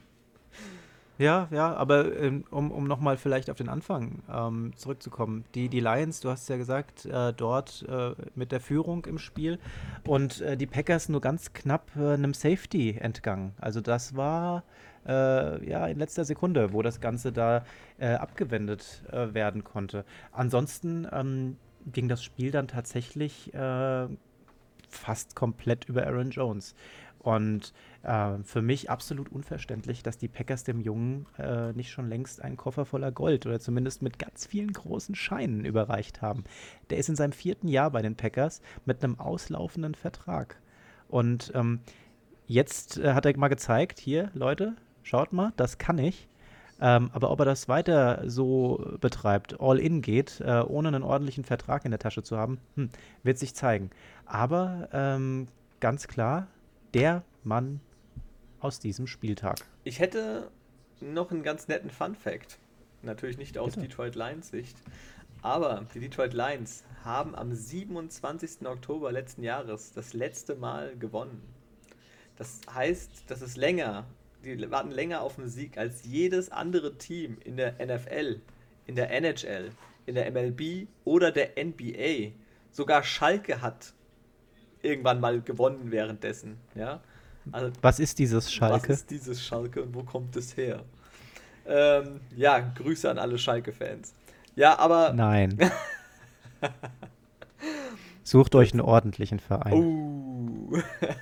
Ja, ja, aber ähm, um, um nochmal vielleicht auf den Anfang ähm, zurückzukommen. Die, die Lions, du hast ja gesagt, äh, dort äh, mit der Führung im Spiel und äh, die Packers nur ganz knapp äh, einem Safety entgangen. Also das war äh, ja in letzter Sekunde, wo das Ganze da äh, abgewendet äh, werden konnte. Ansonsten ähm, ging das Spiel dann tatsächlich äh, fast komplett über Aaron Jones. Und äh, für mich absolut unverständlich, dass die Packers dem Jungen äh, nicht schon längst einen Koffer voller Gold oder zumindest mit ganz vielen großen Scheinen überreicht haben. Der ist in seinem vierten Jahr bei den Packers mit einem auslaufenden Vertrag. Und ähm, jetzt äh, hat er mal gezeigt, hier, Leute, schaut mal, das kann ich. Ähm, aber ob er das weiter so betreibt, all in geht, äh, ohne einen ordentlichen Vertrag in der Tasche zu haben, hm, wird sich zeigen. Aber ähm, ganz klar, der Mann aus diesem Spieltag. Ich hätte noch einen ganz netten Fun-Fact. Natürlich nicht aus Bitte. Detroit Lions Sicht. Aber die Detroit Lions haben am siebenundzwanzigsten Oktober letzten Jahres das letzte Mal gewonnen. Das heißt, das ist länger. Die warten länger auf den Sieg als jedes andere Team in der N F L, in der N H L, in der M L B oder der N B A. Sogar Schalke hat irgendwann mal gewonnen währenddessen. Ja? Also, Was ist dieses was Schalke? ist dieses Schalke und wo kommt es her? Ähm, ja, Grüße an alle Schalke-Fans. Ja, aber. Nein. Sucht euch einen ordentlichen Verein. Uh,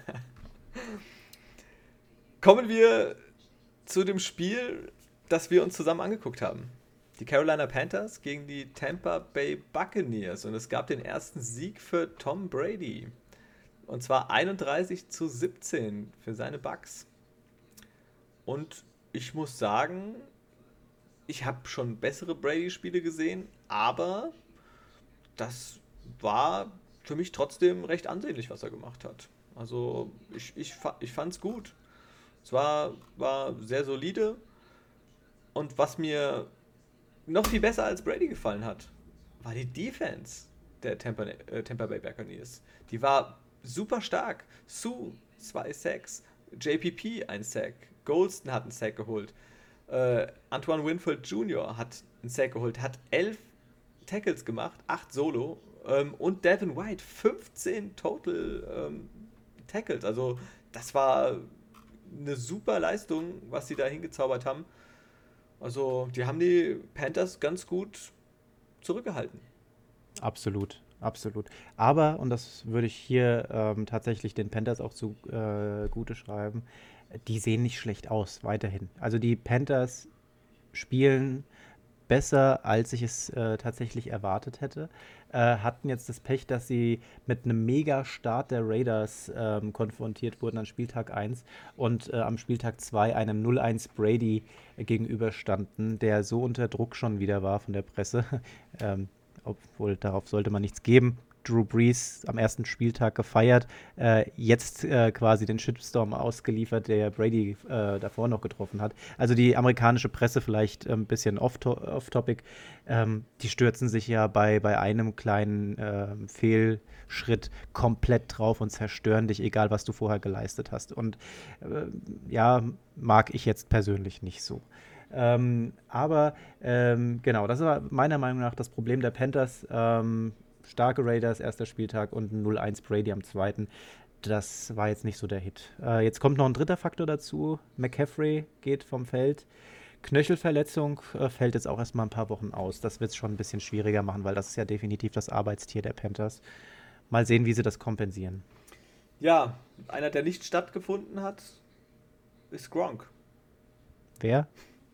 kommen wir zu dem Spiel, das wir uns zusammen angeguckt haben. Die Carolina Panthers gegen die Tampa Bay Buccaneers. Und es gab den ersten Sieg für Tom Brady. Und zwar einunddreißig zu siebzehn für seine Bucks. Und ich muss sagen, ich habe schon bessere Brady-Spiele gesehen, aber das war für mich trotzdem recht ansehnlich, was er gemacht hat. Also ich, ich, ich fand es gut. Es war, war sehr solide. Und was mir noch viel besser als Brady gefallen hat, war die Defense der Tampa, äh, Tampa Bay Buccaneers. Die war super stark. Sue, zwei Sacks. J P P, ein Sack. Golston hat einen Sack geholt. Äh, Antoine Winfield Junior hat einen Sack geholt. Hat elf Tackles gemacht, acht Solo. Ähm, und Devin White, fünfzehn Total ähm, Tackles. Also das war eine super Leistung, was sie da hingezaubert haben. Also, die haben die Panthers ganz gut zurückgehalten. Absolut, absolut. Aber, und das würde ich hier ähm, tatsächlich den Panthers auch zu äh, Gute schreiben, die sehen nicht schlecht aus, weiterhin. Also die Panthers spielen besser, als ich es äh, tatsächlich erwartet hätte. Äh, hatten jetzt das Pech, dass sie mit einem Mega-Start der Raiders ähm, konfrontiert wurden an Spieltag eins und äh, am Spieltag zwei einem null eins Brady äh, gegenüberstanden, der so unter Druck schon wieder war von der Presse. ähm, obwohl darauf sollte man nichts geben. Drew Brees am ersten Spieltag gefeiert, äh, jetzt äh, quasi den Shitstorm ausgeliefert, der Brady äh, davor noch getroffen hat. Also die amerikanische Presse vielleicht ein bisschen off-to- off-topic, ähm, die stürzen sich ja bei, bei einem kleinen äh, Fehlschritt komplett drauf und zerstören dich, egal was du vorher geleistet hast. Und äh, ja, mag ich jetzt persönlich nicht so. Ähm, aber ähm, genau, das war meiner Meinung nach das Problem der Panthers. Ähm, starke Raiders, erster Spieltag und ein null eins Brady am zweiten. Das war jetzt nicht so der Hit. Äh, jetzt kommt noch ein dritter Faktor dazu. McCaffrey geht vom Feld. Knöchelverletzung äh, fällt jetzt auch erstmal ein paar Wochen aus. Das wird es schon ein bisschen schwieriger machen, weil das ist ja definitiv das Arbeitstier der Panthers. Mal sehen, wie sie das kompensieren. Ja, einer, der nicht stattgefunden hat, ist Gronk. Wer?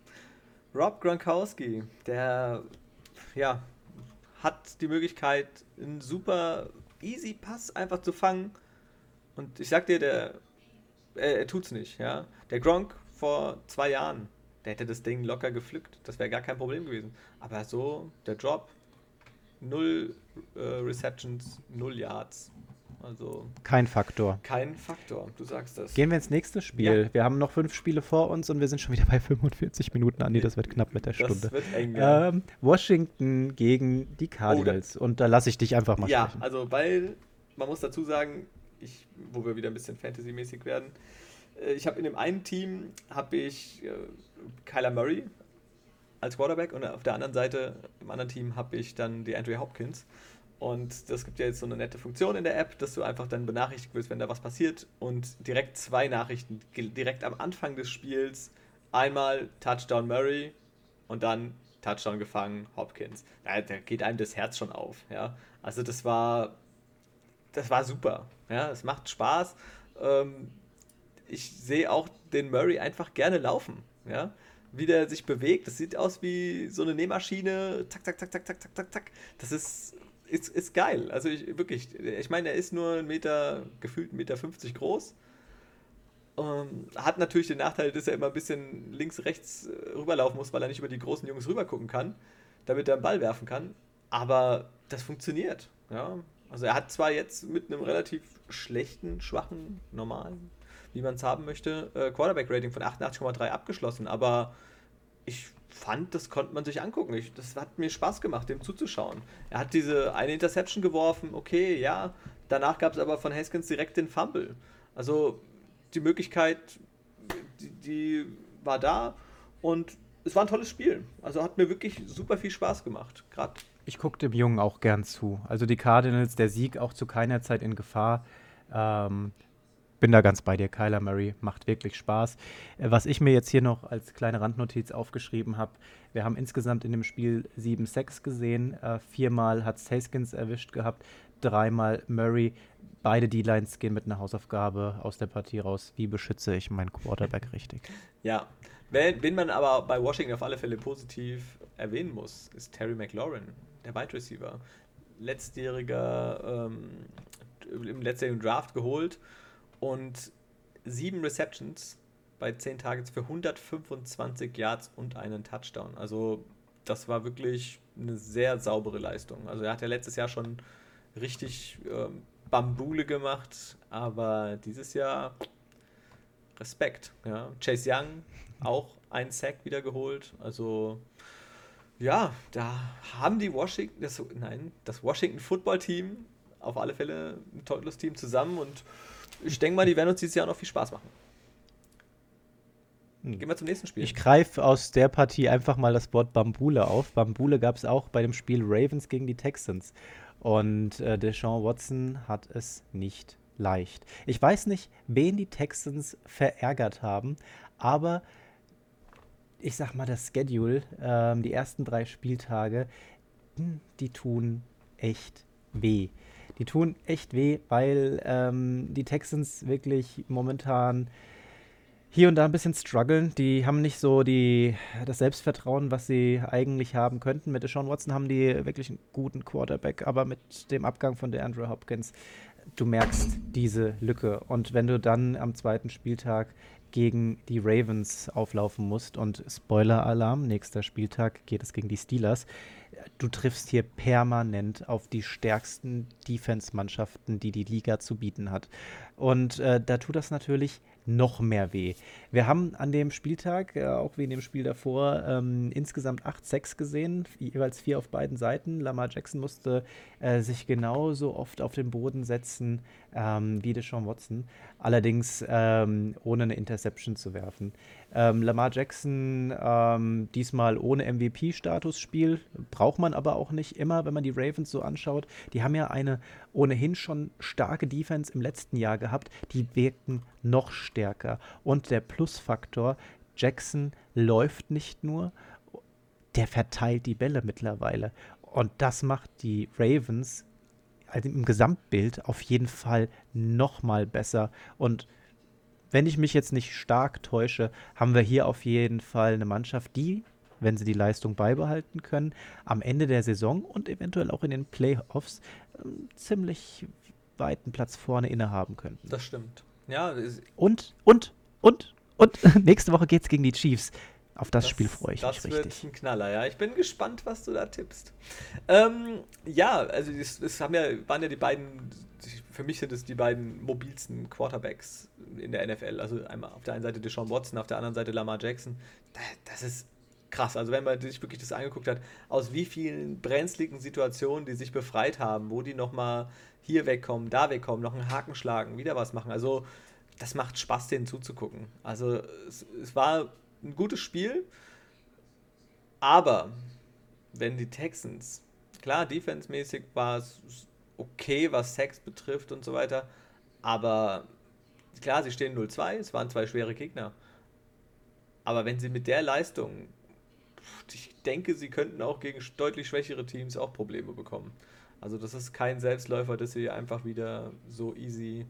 Rob Gronkowski, der ja, hat die Möglichkeit, einen super easy Pass einfach zu fangen. Und ich sag dir, der, er, er tut's nicht. Ja? Der Gronk vor zwei Jahren, der hätte das Ding locker gepflückt. Das wäre gar kein Problem gewesen. Aber so, der Drop, null äh, Receptions, null Yards. Also Kein Faktor. kein Faktor, du sagst das. Gehen wir ins nächste Spiel. Ja. Wir haben noch fünf Spiele vor uns und wir sind schon wieder bei fünfundvierzig Minuten. Andi, das wird knapp mit der Stunde. Das wird eng, ja. Ähm, Washington gegen die Cardinals. Und da lasse ich dich einfach mal Ja, sprechen. also weil, man muss dazu sagen, ich, wo wir wieder ein bisschen Fantasy-mäßig werden, äh, ich habe in dem einen Team, habe ich äh, Kyler Murray als Quarterback und auf der anderen Seite, im anderen Team, habe ich dann die Andrew Hopkins. Und das gibt ja jetzt so eine nette Funktion in der App, dass du einfach dann benachrichtigt wirst, wenn da was passiert und direkt zwei Nachrichten, ge- direkt am Anfang des Spiels, einmal Touchdown Murray und dann Touchdown gefangen Hopkins. Da, da geht einem das Herz schon auf, ja. Also das war, das war super, ja, es macht Spaß. Ähm, ich sehe auch den Murray einfach gerne laufen, ja. Wie der sich bewegt, das sieht aus wie so eine Nähmaschine, zack, zack, zack, zack, zack, zack, zack, zack. Das ist, ist, ist geil. Also ich, wirklich, ich meine, er ist nur ein Meter, gefühlt ein Meter fünfzig groß. Ähm, hat natürlich den Nachteil, dass er immer ein bisschen links, rechts äh, rüberlaufen muss, weil er nicht über die großen Jungs rüber gucken kann, damit er einen Ball werfen kann. Aber das funktioniert, ja. Also er hat zwar jetzt mit einem relativ schlechten, schwachen, normalen, wie man es haben möchte, äh, Quarterback-Rating von achtundachtzig Komma drei abgeschlossen, aber ich fand, das konnte man sich angucken. Ich, das hat mir Spaß gemacht, dem zuzuschauen. Er hat diese eine Interception geworfen, okay, ja. Danach gab es aber von Haskins direkt den Fumble. Also die Möglichkeit, die, die war da und es war ein tolles Spiel. Also hat mir wirklich super viel Spaß gemacht. Gerade Ich gucke dem Jungen auch gern zu. Also die Cardinals, der Sieg auch zu keiner Zeit in Gefahr. Ähm, bin da ganz bei dir. Kyler Murray macht wirklich Spaß. Äh, Was ich mir jetzt hier noch als kleine Randnotiz aufgeschrieben habe, wir haben insgesamt in dem Spiel sieben Sacks gesehen. Äh, viermal hat Haskins erwischt gehabt, dreimal Murray. Beide D-Lines gehen mit einer Hausaufgabe aus der Partie raus. Wie beschütze ich meinen Quarterback richtig? ja, wen, wen man aber bei Washington auf alle Fälle positiv erwähnen muss, ist Terry McLaurin, der Wide Receiver. Letztjähriger, ähm, im letztjährigen Draft geholt und sieben Receptions bei zehn Targets für hundertfünfundzwanzig Yards und einen Touchdown. Also das war wirklich eine sehr saubere Leistung. Also er hat ja letztes Jahr schon richtig ähm, Bambule gemacht, aber dieses Jahr Respekt. Ja. Chase Young auch einen Sack wieder geholt. Also ja, da haben die Washington, das, nein, das Washington Football Team auf alle Fälle ein tolles Team zusammen und ich denke mal, die werden uns dieses Jahr noch viel Spaß machen. Hm. Gehen wir zum nächsten Spiel. Ich greife aus der Partie einfach mal das Wort Bambule auf. Bambule gab es auch bei dem Spiel Ravens gegen die Texans. Und äh, Deshaun Watson hat es nicht leicht. Ich weiß nicht, wen die Texans verärgert haben, aber ich sag mal, das Schedule, ähm, die ersten drei Spieltage, hm, die tun echt weh. Die tun echt weh, weil ähm, die Texans wirklich momentan hier und da ein bisschen strugglen. Die haben nicht so die, das Selbstvertrauen, was sie eigentlich haben könnten. Mit Deshaun Watson haben die wirklich einen guten Quarterback, aber mit dem Abgang von der Andrew Hopkins, du merkst diese Lücke. Und wenn du dann am zweiten Spieltag gegen die Ravens auflaufen musst. Und Spoiler-Alarm, nächster Spieltag geht es gegen die Steelers. Du triffst hier permanent auf die stärksten Defense-Mannschaften, die die Liga zu bieten hat. Und äh, da tut das natürlich noch mehr weh. Wir haben an dem Spieltag, äh, auch wie in dem Spiel davor, ähm, insgesamt acht Sacks gesehen, jeweils vier auf beiden Seiten. Lamar Jackson musste äh, sich genauso oft auf den Boden setzen ähm, wie Deshaun Watson, allerdings ähm, ohne eine Interception zu werfen. Ähm, Lamar Jackson ähm, diesmal ohne M V P-Statusspiel, braucht man aber auch nicht immer, wenn man die Ravens so anschaut. Die haben ja eine ohnehin schon starke Defense im letzten Jahr gehabt, die wirken noch stärker. Und der Plusfaktor, Jackson läuft nicht nur, der verteilt die Bälle mittlerweile. Und das macht die Ravens also im Gesamtbild auf jeden Fall noch mal besser. Und wenn ich mich jetzt nicht stark täusche, haben wir hier auf jeden Fall eine Mannschaft, die, wenn sie die Leistung beibehalten können, am Ende der Saison und eventuell auch in den Playoffs ähm, ziemlich weiten Platz vorne innehaben könnten. Das stimmt. Ja, ist, Und, und, und, und nächste Woche geht's gegen die Chiefs. Auf das, das Spiel freue ich das mich wird richtig. ein Knaller, ja. Ich bin gespannt, was du da tippst. Ähm, ja, also es, es haben ja, waren ja die beiden, für mich sind es die beiden mobilsten Quarterbacks in der N F L. Also einmal auf der einen Seite Deshaun Watson, auf der anderen Seite Lamar Jackson. Das ist krass. Also wenn man sich wirklich das angeguckt hat, aus wie vielen brenzligen Situationen die sich befreit haben, wo die nochmal hier wegkommen, da wegkommen, noch einen Haken schlagen, wieder was machen. Also das macht Spaß, denen zuzugucken. Also es, es war ein gutes Spiel, aber wenn die Texans, klar, defensemäßig war es okay, was Sacks betrifft und so weiter, aber klar, sie stehen null zwei, es waren zwei schwere Gegner, aber wenn sie mit der Leistung, ich denke, sie könnten auch gegen deutlich schwächere Teams auch Probleme bekommen. Also das ist kein Selbstläufer, dass sie einfach wieder so easy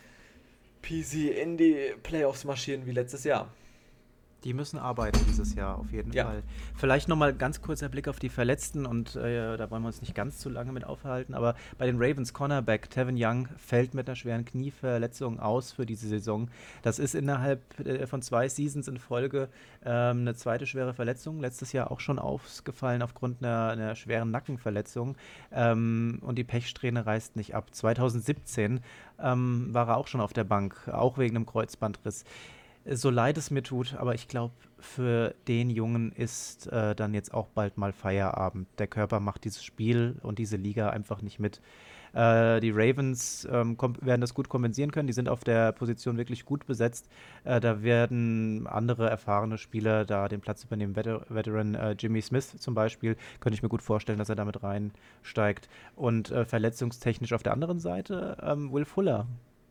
peasy in die Playoffs marschieren wie letztes Jahr. Die müssen arbeiten dieses Jahr, auf jeden Ja. Fall. Vielleicht nochmal ganz kurzer Blick auf die Verletzten und äh, da wollen wir uns nicht ganz zu lange mit aufhalten, aber bei den Ravens Cornerback Tevin Young fällt mit einer schweren Knieverletzung aus für diese Saison. Das ist innerhalb äh, von zwei Seasons in Folge ähm, eine zweite schwere Verletzung. Letztes Jahr auch schon ausgefallen aufgrund einer, einer schweren Nackenverletzung ähm, und die Pechsträhne reißt nicht ab. zwanzig siebzehn ähm, war er auch schon auf der Bank, auch wegen einem Kreuzbandriss. So leid es mir tut, aber ich glaube, für den Jungen ist äh, dann jetzt auch bald mal Feierabend. Der Körper macht dieses Spiel und diese Liga einfach nicht mit. Äh, die Ravens ähm, kom- werden das gut kompensieren können. Die sind auf der Position wirklich gut besetzt. Äh, da werden andere erfahrene Spieler da den Platz übernehmen. Veter- Veteran äh, Jimmy Smith zum Beispiel, könnte ich mir gut vorstellen, dass er damit reinsteigt. Und äh, verletzungstechnisch auf der anderen Seite ähm, Will Fuller.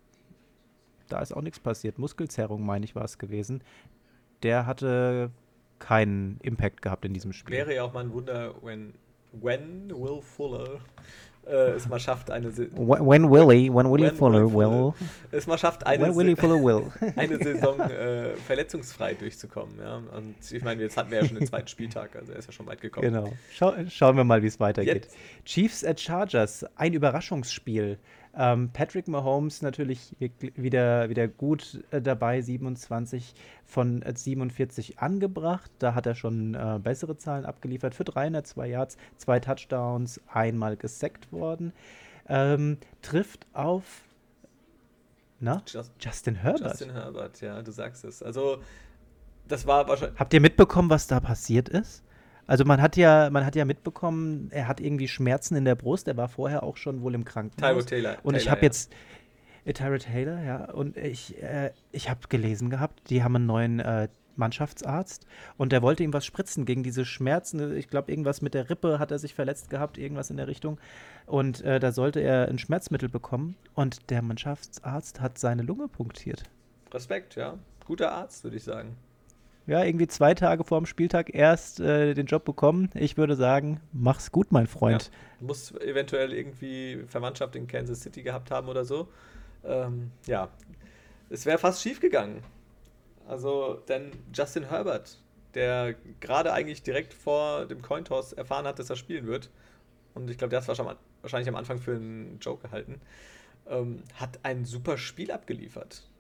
Da ist auch nichts passiert. Muskelzerrung, meine ich, war es gewesen. Der hatte keinen Impact gehabt in diesem Spiel. Wäre ja auch mal ein Wunder, wenn, when Will Fuller äh, es mal schafft, eine Se- When, when Willie, when Willie when Fuller Will will. es mal schafft, eine, When Willie Se- Fuller will. eine Saison äh, verletzungsfrei durchzukommen. Ja? Und ich meine, jetzt hatten wir ja schon den zweiten Spieltag, also er ist ja schon weit gekommen. Genau. Schau, schauen wir mal, wie es weitergeht. Jetzt. Chiefs at Chargers, ein Überraschungsspiel. Ähm, Patrick Mahomes natürlich wieder, wieder gut äh, dabei, siebenundzwanzig von äh, siebenundvierzig angebracht. Da hat er schon äh, bessere Zahlen abgeliefert. Für dreihundertzwei Yards, zwei Touchdowns, einmal gesackt worden. Ähm, trifft auf na? Just, Justin Herbert. Justin Herbert, ja, du sagst es. Also, das war wahrscheinlich. Habt ihr mitbekommen, was da passiert ist? Also man hat ja, man hat ja mitbekommen, er hat irgendwie Schmerzen in der Brust. Er war vorher auch schon wohl im Krankenhaus. Tyrod Taylor. Und ich Taylor, habe ja. jetzt äh, Tyrod Taylor, ja. Und ich, äh, ich habe gelesen gehabt, die haben einen neuen äh, Mannschaftsarzt und der wollte ihm was spritzen gegen diese Schmerzen. Ich glaube, irgendwas mit der Rippe hat er sich verletzt gehabt, irgendwas in der Richtung. Und äh, da sollte er ein Schmerzmittel bekommen. Und der Mannschaftsarzt hat seine Lunge punktiert. Respekt, ja. Guter Arzt, würde ich sagen. Ja, irgendwie zwei Tage vor dem Spieltag erst äh, den Job bekommen. Ich würde sagen, mach's gut, mein Freund. Ja, muss eventuell irgendwie Verwandtschaft in Kansas City gehabt haben oder so. Ähm, ja, es wäre fast schief gegangen. Also, denn Justin Herbert, der gerade eigentlich direkt vor dem Cointoss erfahren hat, dass er spielen wird, und ich glaube, der hat es wahrscheinlich am Anfang für einen Joke gehalten, ähm, hat ein super Spiel abgeliefert.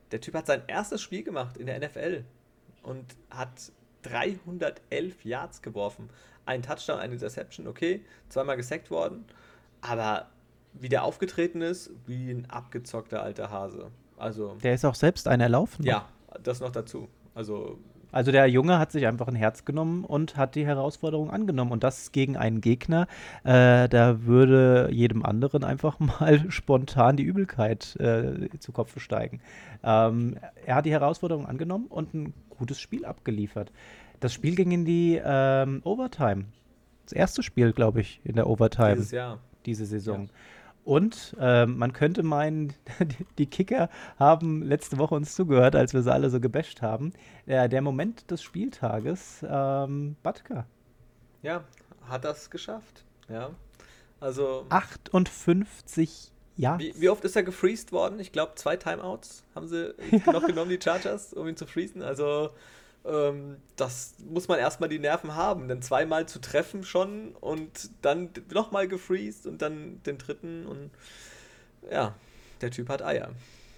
Der Typ hat sein erstes Spiel gemacht in der N F L und hat dreihundertelf Yards geworfen. Ein Touchdown, eine Interception, okay, zweimal gesackt worden, aber wie der aufgetreten ist, wie ein abgezockter alter Hase. Also, Der ist auch selbst ein erlaufen noch. ja, das noch dazu. Also, Also der Junge hat sich einfach ein Herz genommen und hat die Herausforderung angenommen. Und das gegen einen Gegner, äh, da würde jedem anderen einfach mal spontan die Übelkeit äh, zu Kopfe steigen. Ähm, er hat die Herausforderung angenommen und ein gutes Spiel abgeliefert. Das Spiel ging in die ähm, Overtime. Das erste Spiel, glaube ich, in der Overtime dieses Jahr. diese Ja. Saison. Und ähm, man könnte meinen, die- die Kicker haben letzte Woche uns zugehört, als wir sie alle so gebasht haben. Äh, der Moment des Spieltages, ähm, Batka. Ja, hat das geschafft. Ja. Also, achtundfünfzig wie, Yards. wie oft ist er gefreezed worden? Ich glaube, zwei Timeouts haben sie noch genommen, die Chargers, um ihn zu freezen. Also, ähm, das muss man erstmal die Nerven haben. Denn zweimal zu treffen schon und dann nochmal gefreezed und dann den dritten. Und ja, der Typ hat Eier.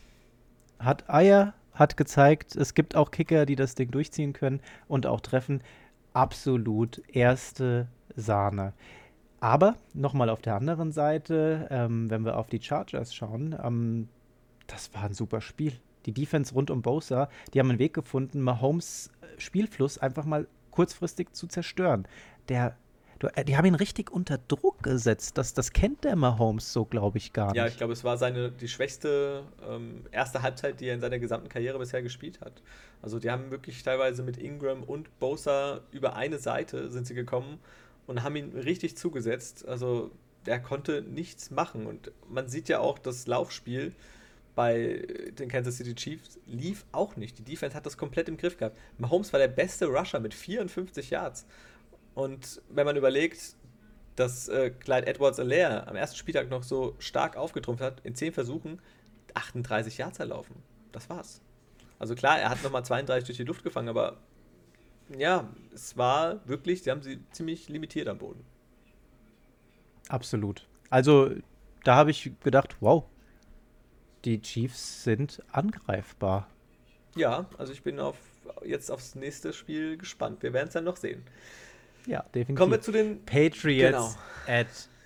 Hat Eier, hat gezeigt, es gibt auch Kicker, die das Ding durchziehen können und auch treffen. Absolut erste Sahne. Aber nochmal auf der anderen Seite, ähm, wenn wir auf die Chargers schauen, ähm, das war ein super Spiel. Die Defense rund um Bosa, die haben einen Weg gefunden, Mahomes äh, Spielfluss einfach mal kurzfristig zu zerstören. Der, du, äh, die haben ihn richtig unter Druck gesetzt. Das, das kennt der Mahomes so, glaube ich, gar Ja, ich nicht. glaube, es war seine die schwächste ähm, erste Halbzeit, die er in seiner gesamten Karriere bisher gespielt hat. Also die haben wirklich teilweise mit Ingram und Bosa über eine Seite sind sie gekommen und haben ihn richtig zugesetzt. Also der konnte nichts machen. Und man sieht ja auch, das Laufspiel bei den Kansas City Chiefs lief auch nicht. Die Defense hat das komplett im Griff gehabt. Mahomes war der beste Rusher mit vierundfünfzig Yards. Und wenn man überlegt, dass äh, Clyde Edwards-Helaire am ersten Spieltag noch so stark aufgetrumpft hat, in zehn Versuchen achtunddreißig Yards erlaufen. Das war's. Also klar, er hat nochmal zweiunddreißig durch die Luft gefangen, aber ja, es war wirklich, sie haben sie ziemlich limitiert am Boden. Absolut. Also, da habe ich gedacht, wow, die Chiefs sind angreifbar. Ja, also ich bin auf, jetzt aufs nächste Spiel gespannt. Wir werden es dann noch sehen. Ja, Kommen wir definitiv. zu den, genau, Patriots at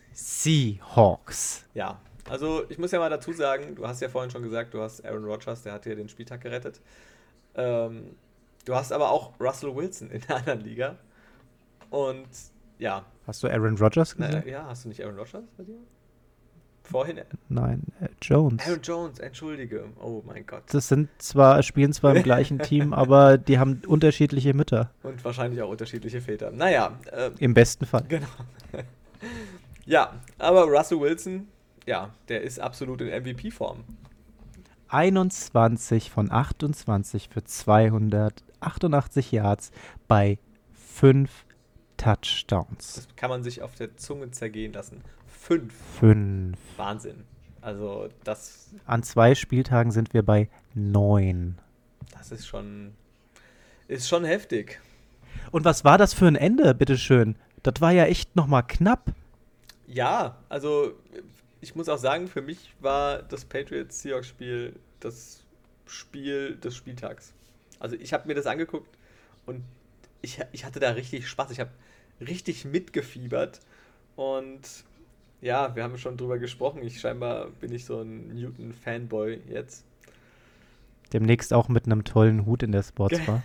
Seahawks. ja. Also ich muss ja mal dazu sagen, du hast ja vorhin schon gesagt, du hast Aaron Rodgers, der hat dir den Spieltag gerettet. Ähm, du hast aber auch Russell Wilson in der anderen Liga. Und ja, Hast du Aaron Rodgers na, gesagt? ja, hast du nicht Aaron Rodgers bei dir? Vorhin Nein, äh, Jones. Aaron Jones, entschuldige. Oh mein Gott. Das sind zwar, spielen zwar im gleichen Team, aber die haben unterschiedliche Mütter. Und wahrscheinlich auch unterschiedliche Väter. Naja, äh, Im besten Fall. genau. Ja, aber Russell Wilson, ja, der ist absolut in M V P-Form. einundzwanzig von achtundzwanzig für zweihundertachtundachtzig Yards bei fünf Touchdowns. Das kann man sich auf der Zunge zergehen lassen. Fünf. Fünf. Wahnsinn. Also das, An zwei Spieltagen sind wir bei neun. das ist schon, ist schon heftig. Und was war das für ein Ende, bitteschön? Das war ja echt nochmal knapp. Ja, also ich muss auch sagen, für mich war das Patriots-Seahawks-Spiel das Spiel des Spieltags. Also ich habe mir das angeguckt und ich, ich hatte da richtig Spaß. Ich habe richtig mitgefiebert und ja, wir haben schon drüber gesprochen. Ich scheinbar bin ich so ein Newton-Fanboy jetzt. Demnächst auch mit einem tollen Hut in der Sportsbar.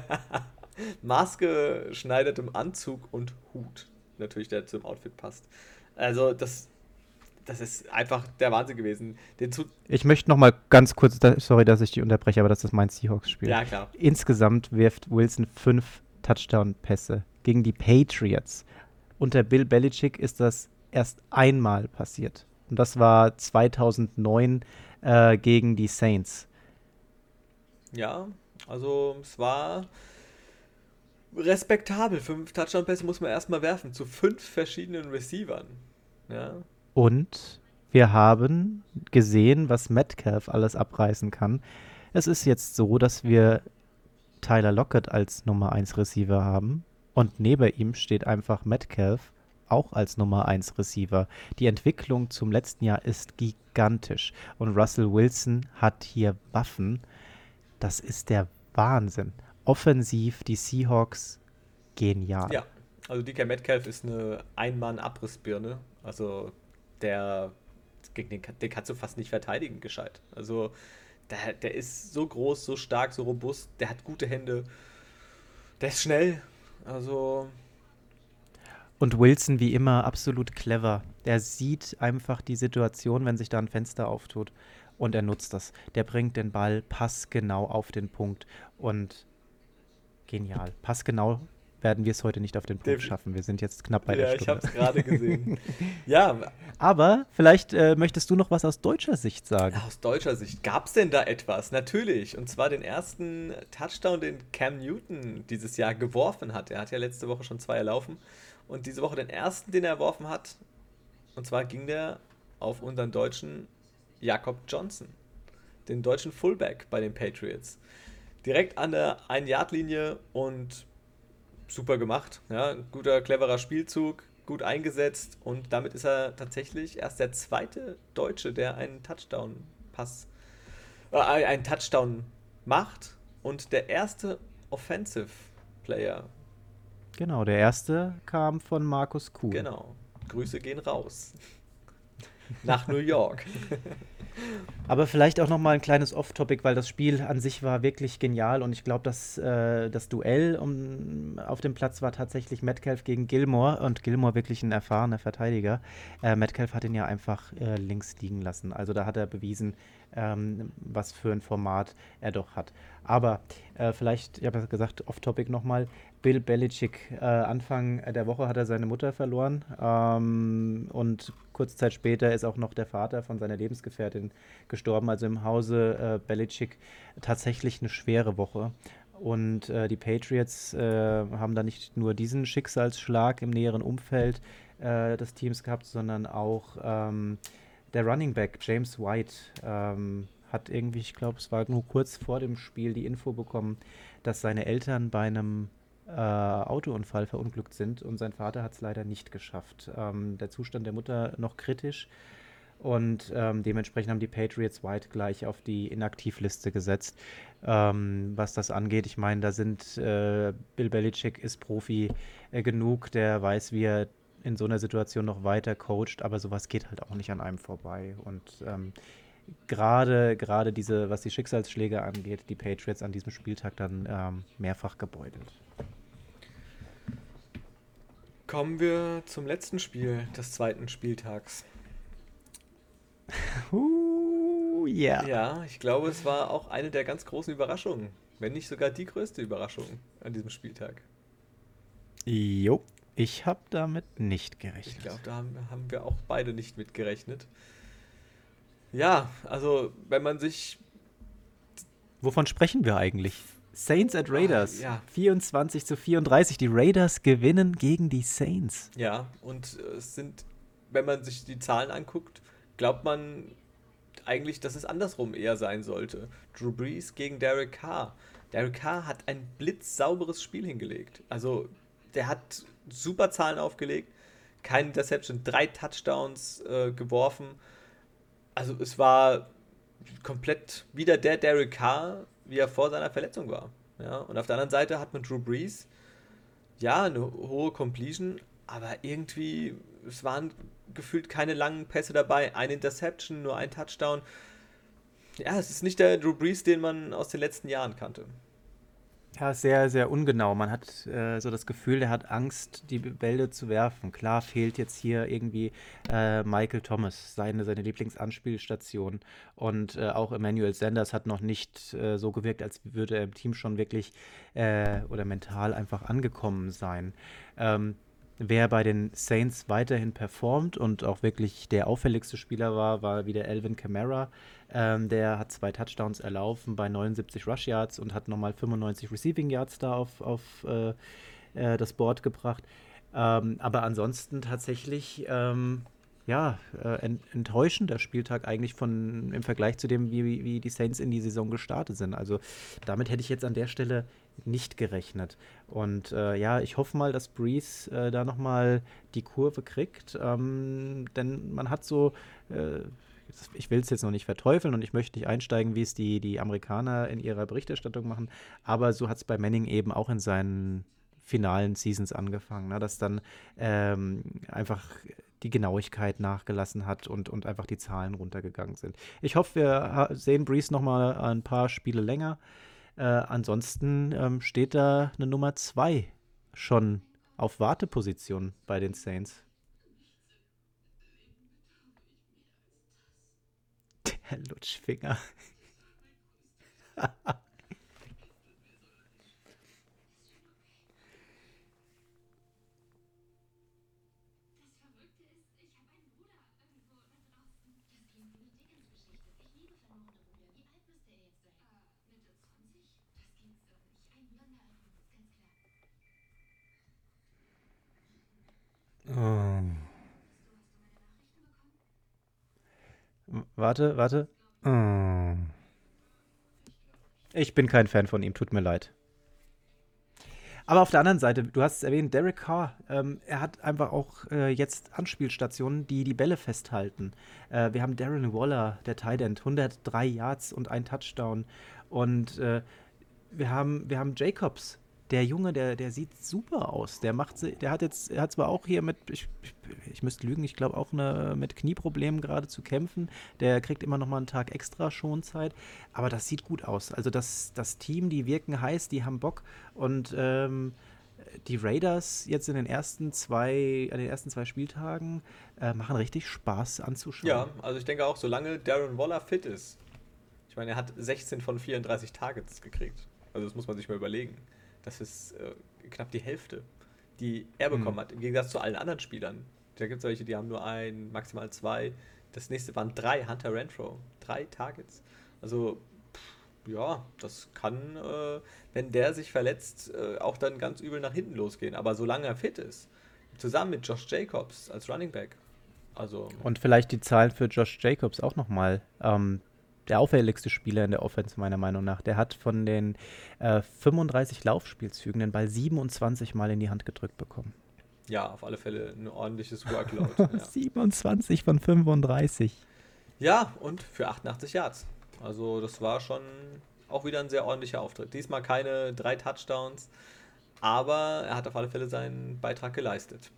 Maßgeschneidertem Anzug und Hut. Natürlich, der zum Outfit passt. Also das, das ist einfach der Wahnsinn gewesen. Den zu Ich möchte nochmal ganz kurz, da, sorry, dass ich die unterbreche, aber das ist mein Seahawks-Spiel. ja, klar. Insgesamt wirft Wilson fünf Touchdown-Pässe gegen die Patriots. Unter Bill Belichick ist das erst einmal passiert. Und das war zweitausendneun äh, gegen die Saints. Ja, also es war respektabel. Fünf Touchdown-Pässe muss man erstmal werfen zu fünf verschiedenen Receivern. Ja, Und wir haben gesehen, was Metcalf alles abreißen kann. Es ist jetzt so, dass wir Tyler Lockett als Nummer eins Receiver haben und neben ihm steht einfach Metcalf auch als Nummer eins Receiver. Die Entwicklung zum letzten Jahr ist gigantisch und Russell Wilson hat hier Waffen. das ist der Wahnsinn. Offensiv die Seahawks genial. Ja, also D K Metcalf ist eine Ein-Mann-Abrissbirne. Also der, gegen den, den kannst du fast nicht verteidigen, gescheit. Also der, der ist so groß, so stark, so robust, der hat gute Hände, der ist schnell. Also Und Wilson wie immer absolut clever. Der sieht einfach die Situation, wenn sich da ein Fenster auftut und er nutzt das. Der bringt den Ball passgenau auf den Punkt und genial. Passgenau werden wir es heute nicht auf den Punkt Def- schaffen. Wir sind jetzt knapp bei ja, der ich Stunde. habe es gerade gesehen. Ja, Aber vielleicht äh, möchtest du noch was aus deutscher Sicht sagen. aus deutscher Sicht, gab es denn da etwas? Natürlich. Und zwar den ersten Touchdown, den Cam Newton dieses Jahr geworfen hat. Er hat ja letzte Woche schon zwei erlaufen. Und diese Woche den ersten, den er erworfen hat. Und zwar ging der auf unseren deutschen Jakob Johnson. Den deutschen Fullback bei den Patriots. Direkt an der ein-Yard-Linie und super gemacht. Ja, guter, cleverer Spielzug, gut eingesetzt und damit ist er tatsächlich erst der zweite Deutsche, der einen Touchdown-Pass, äh, einen Touchdown macht und der erste Offensive Player. Genau, der erste kam von Markus Kuhn. Genau. Grüße gehen raus. Nach New York. Aber vielleicht auch nochmal ein kleines Off-Topic, weil das Spiel an sich war wirklich genial und ich glaube, dass äh, das Duell um, auf dem Platz war tatsächlich Metcalf gegen Gilmore und Gilmore wirklich ein erfahrener Verteidiger. Äh, Metcalf hat ihn ja einfach äh, links liegen lassen. Also da hat er bewiesen, ähm, was für ein Format er doch hat. Aber äh, vielleicht, ich habe ja gesagt, Off-Topic nochmal, Bill Belichick, äh, Anfang der Woche hat er seine Mutter verloren ähm, und kurze Zeit später ist auch noch der Vater von seiner Lebensgefährtin gestorben. Also im Hause äh, Belichick tatsächlich eine schwere Woche. Und äh, die Patriots äh, haben da nicht nur diesen Schicksalsschlag im näheren Umfeld äh, des Teams gehabt, sondern auch ähm, der Running Back James White ähm, hat irgendwie, ich glaube, es war nur kurz vor dem Spiel die Info bekommen, dass seine Eltern bei einem äh, Autounfall verunglückt sind und sein Vater hat es leider nicht geschafft. Ähm, der Zustand der Mutter noch kritisch und ähm, dementsprechend haben die Patriots White gleich auf die Inaktivliste gesetzt. Ähm, was das angeht, ich meine, da sind äh, Bill Belichick ist Profi äh, genug, der weiß, wie er in so einer Situation noch weiter coacht, aber sowas geht halt auch nicht an einem vorbei. Und ähm, gerade gerade diese, was die Schicksalsschläge angeht, die Patriots an diesem Spieltag dann ähm, mehrfach gebeutelt. Kommen wir zum letzten Spiel des zweiten Spieltags. Uh, yeah. Ja, ich glaube, es war auch eine der ganz großen Überraschungen, wenn nicht sogar die größte Überraschung an diesem Spieltag. Jo, ich habe damit nicht Ich gerechnet. glaube, da haben, haben wir auch beide nicht mit gerechnet. Ja, also wenn man sich, Wovon sprechen wir eigentlich? Saints at Raiders. Ah, ja. vierundzwanzig zu vierunddreißig. Die Raiders gewinnen gegen die Saints. ja, und äh, es sind, wenn man sich die Zahlen anguckt, glaubt man eigentlich, dass es andersrum eher sein sollte. Drew Brees gegen Derek Carr. Derek Carr hat ein blitzsauberes Spiel hingelegt. Also der hat super Zahlen aufgelegt, keine Interception, drei Touchdowns äh, geworfen. Also es war komplett wieder der Derek Carr, wie er vor seiner Verletzung war. Ja, und auf der anderen Seite hat man Drew Brees, ja, eine hohe Completion, aber irgendwie, es waren gefühlt keine langen Pässe dabei, eine Interception, nur ein Touchdown. Ja, es ist nicht der Drew Brees, den man aus den letzten Jahren kannte. Ja, sehr, sehr ungenau. Man hat äh, so das Gefühl, der hat Angst, die Bälle zu werfen. Klar fehlt jetzt hier irgendwie äh, Michael Thomas, seine, seine Lieblingsanspielstation. Und äh, auch Emmanuel Sanders hat noch nicht äh, so gewirkt, als würde er im Team schon wirklich äh, oder mental einfach angekommen sein. Ähm, Wer bei den Saints weiterhin performt und auch wirklich der auffälligste Spieler war, war wieder Alvin Kamara. Ähm, der hat zwei Touchdowns erlaufen bei neunundsiebzig Rush Yards und hat nochmal fünfundneunzig Receiving Yards da auf, auf äh, äh, das Board gebracht. Ähm, aber ansonsten tatsächlich, ähm, ja, äh, ent enttäuschender Spieltag eigentlich von, im Vergleich zu dem, wie, wie die Saints in die Saison gestartet sind. Also damit hätte ich jetzt an der Stelle nicht gerechnet. Und äh, ja, ich hoffe mal, dass Brees äh, da nochmal die Kurve kriegt. Ähm, denn man hat so, äh, ich will es jetzt noch nicht verteufeln und ich möchte nicht einsteigen, wie es die, die Amerikaner in ihrer Berichterstattung machen, aber so hat es bei Manning eben auch in seinen finalen Seasons angefangen, ne? Dass dann ähm, einfach die Genauigkeit nachgelassen hat und, und einfach die Zahlen runtergegangen sind. Ich hoffe, wir ha- sehen Brees noch mal ein paar Spiele länger. Äh, ansonsten ähm, steht da eine Nummer zwei schon auf Warteposition bei den Saints. Der Lutschfinger. Oh. W- Warte, warte. Oh. Ich bin kein Fan von ihm, tut mir leid. Aber auf der anderen Seite, du hast es erwähnt, Derek Carr, ähm, er hat einfach auch äh, jetzt Anspielstationen, die die Bälle festhalten. Äh, wir haben Darren Waller, der Tight End, hundertdrei Yards und ein Touchdown. Und äh, wir haben, wir haben Jacobs. Der Junge, der, der sieht super aus. Der macht, si- der hat jetzt, er hat zwar auch hier mit, ich, ich, ich müsste lügen, ich glaube auch eine, mit Knieproblemen gerade zu kämpfen. Der kriegt immer noch mal einen Tag extra Schonzeit. Aber das sieht gut aus. Also das, das Team, die wirken heiß, die haben Bock. Und ähm, die Raiders jetzt in den ersten zwei, an den ersten zwei Spieltagen äh, machen richtig Spaß anzuschauen. Ja, also ich denke auch, solange Darren Waller fit ist. Ich meine, er hat sechzehn von vierunddreißig Targets gekriegt. Also das muss man sich mal überlegen. Das ist äh, knapp die Hälfte, die er bekommen Hm. hat, im Gegensatz zu allen anderen Spielern. Da gibt es welche, die haben nur ein, maximal zwei. Das nächste waren drei, Hunter Renfro. Drei Targets. Also, pff, ja, das kann, äh, wenn der sich verletzt, äh, auch dann ganz übel nach hinten losgehen. Aber solange er fit ist, zusammen mit Josh Jacobs als Running Back, also, Und vielleicht die Zahlen für Josh Jacobs auch nochmal. Ähm, der auffälligste Spieler in der Offense, meiner Meinung nach. Der hat von den äh, fünfunddreißig Laufspielzügen den Ball siebenundzwanzig Mal in die Hand gedrückt bekommen. ja, auf alle Fälle ein ordentliches Workload. Ja. siebenundzwanzig von fünfunddreißig. Ja, und für achtundachtzig Yards. Also das war schon auch wieder ein sehr ordentlicher Auftritt. Diesmal keine drei Touchdowns, aber er hat auf alle Fälle seinen Beitrag geleistet.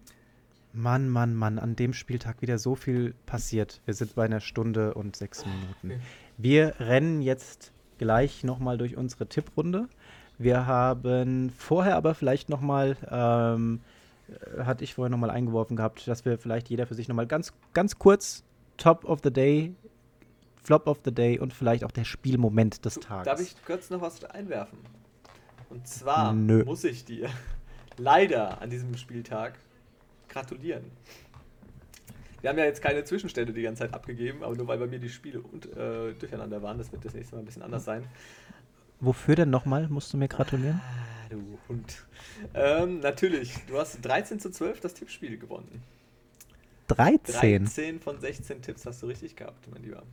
Mann, Mann, Mann, an dem Spieltag wieder so viel passiert. Wir sind bei einer Stunde und sechs Minuten. Okay. Wir rennen jetzt gleich nochmal durch unsere Tipprunde. Wir haben vorher aber vielleicht nochmal, ähm, äh, hatte ich vorher nochmal eingeworfen gehabt, dass wir vielleicht jeder für sich nochmal ganz, ganz kurz Top of the Day, Flop of the Day und vielleicht auch der Spielmoment des Du, Tages. darf ich kurz noch was einwerfen? Und zwar Nö. muss ich dir leider an diesem Spieltag gratulieren. Wir haben ja jetzt keine Zwischenstände die ganze Zeit abgegeben, aber nur weil bei mir die Spiele und, äh, durcheinander waren, das wird das nächste Mal ein bisschen anders sein. Wofür denn nochmal, musst du mir gratulieren? Ah, du Hund. Ähm, natürlich, du hast dreizehn zu zwölf das Tippspiel gewonnen. dreizehn. dreizehn von sechzehn Tipps hast du richtig gehabt, mein Lieber.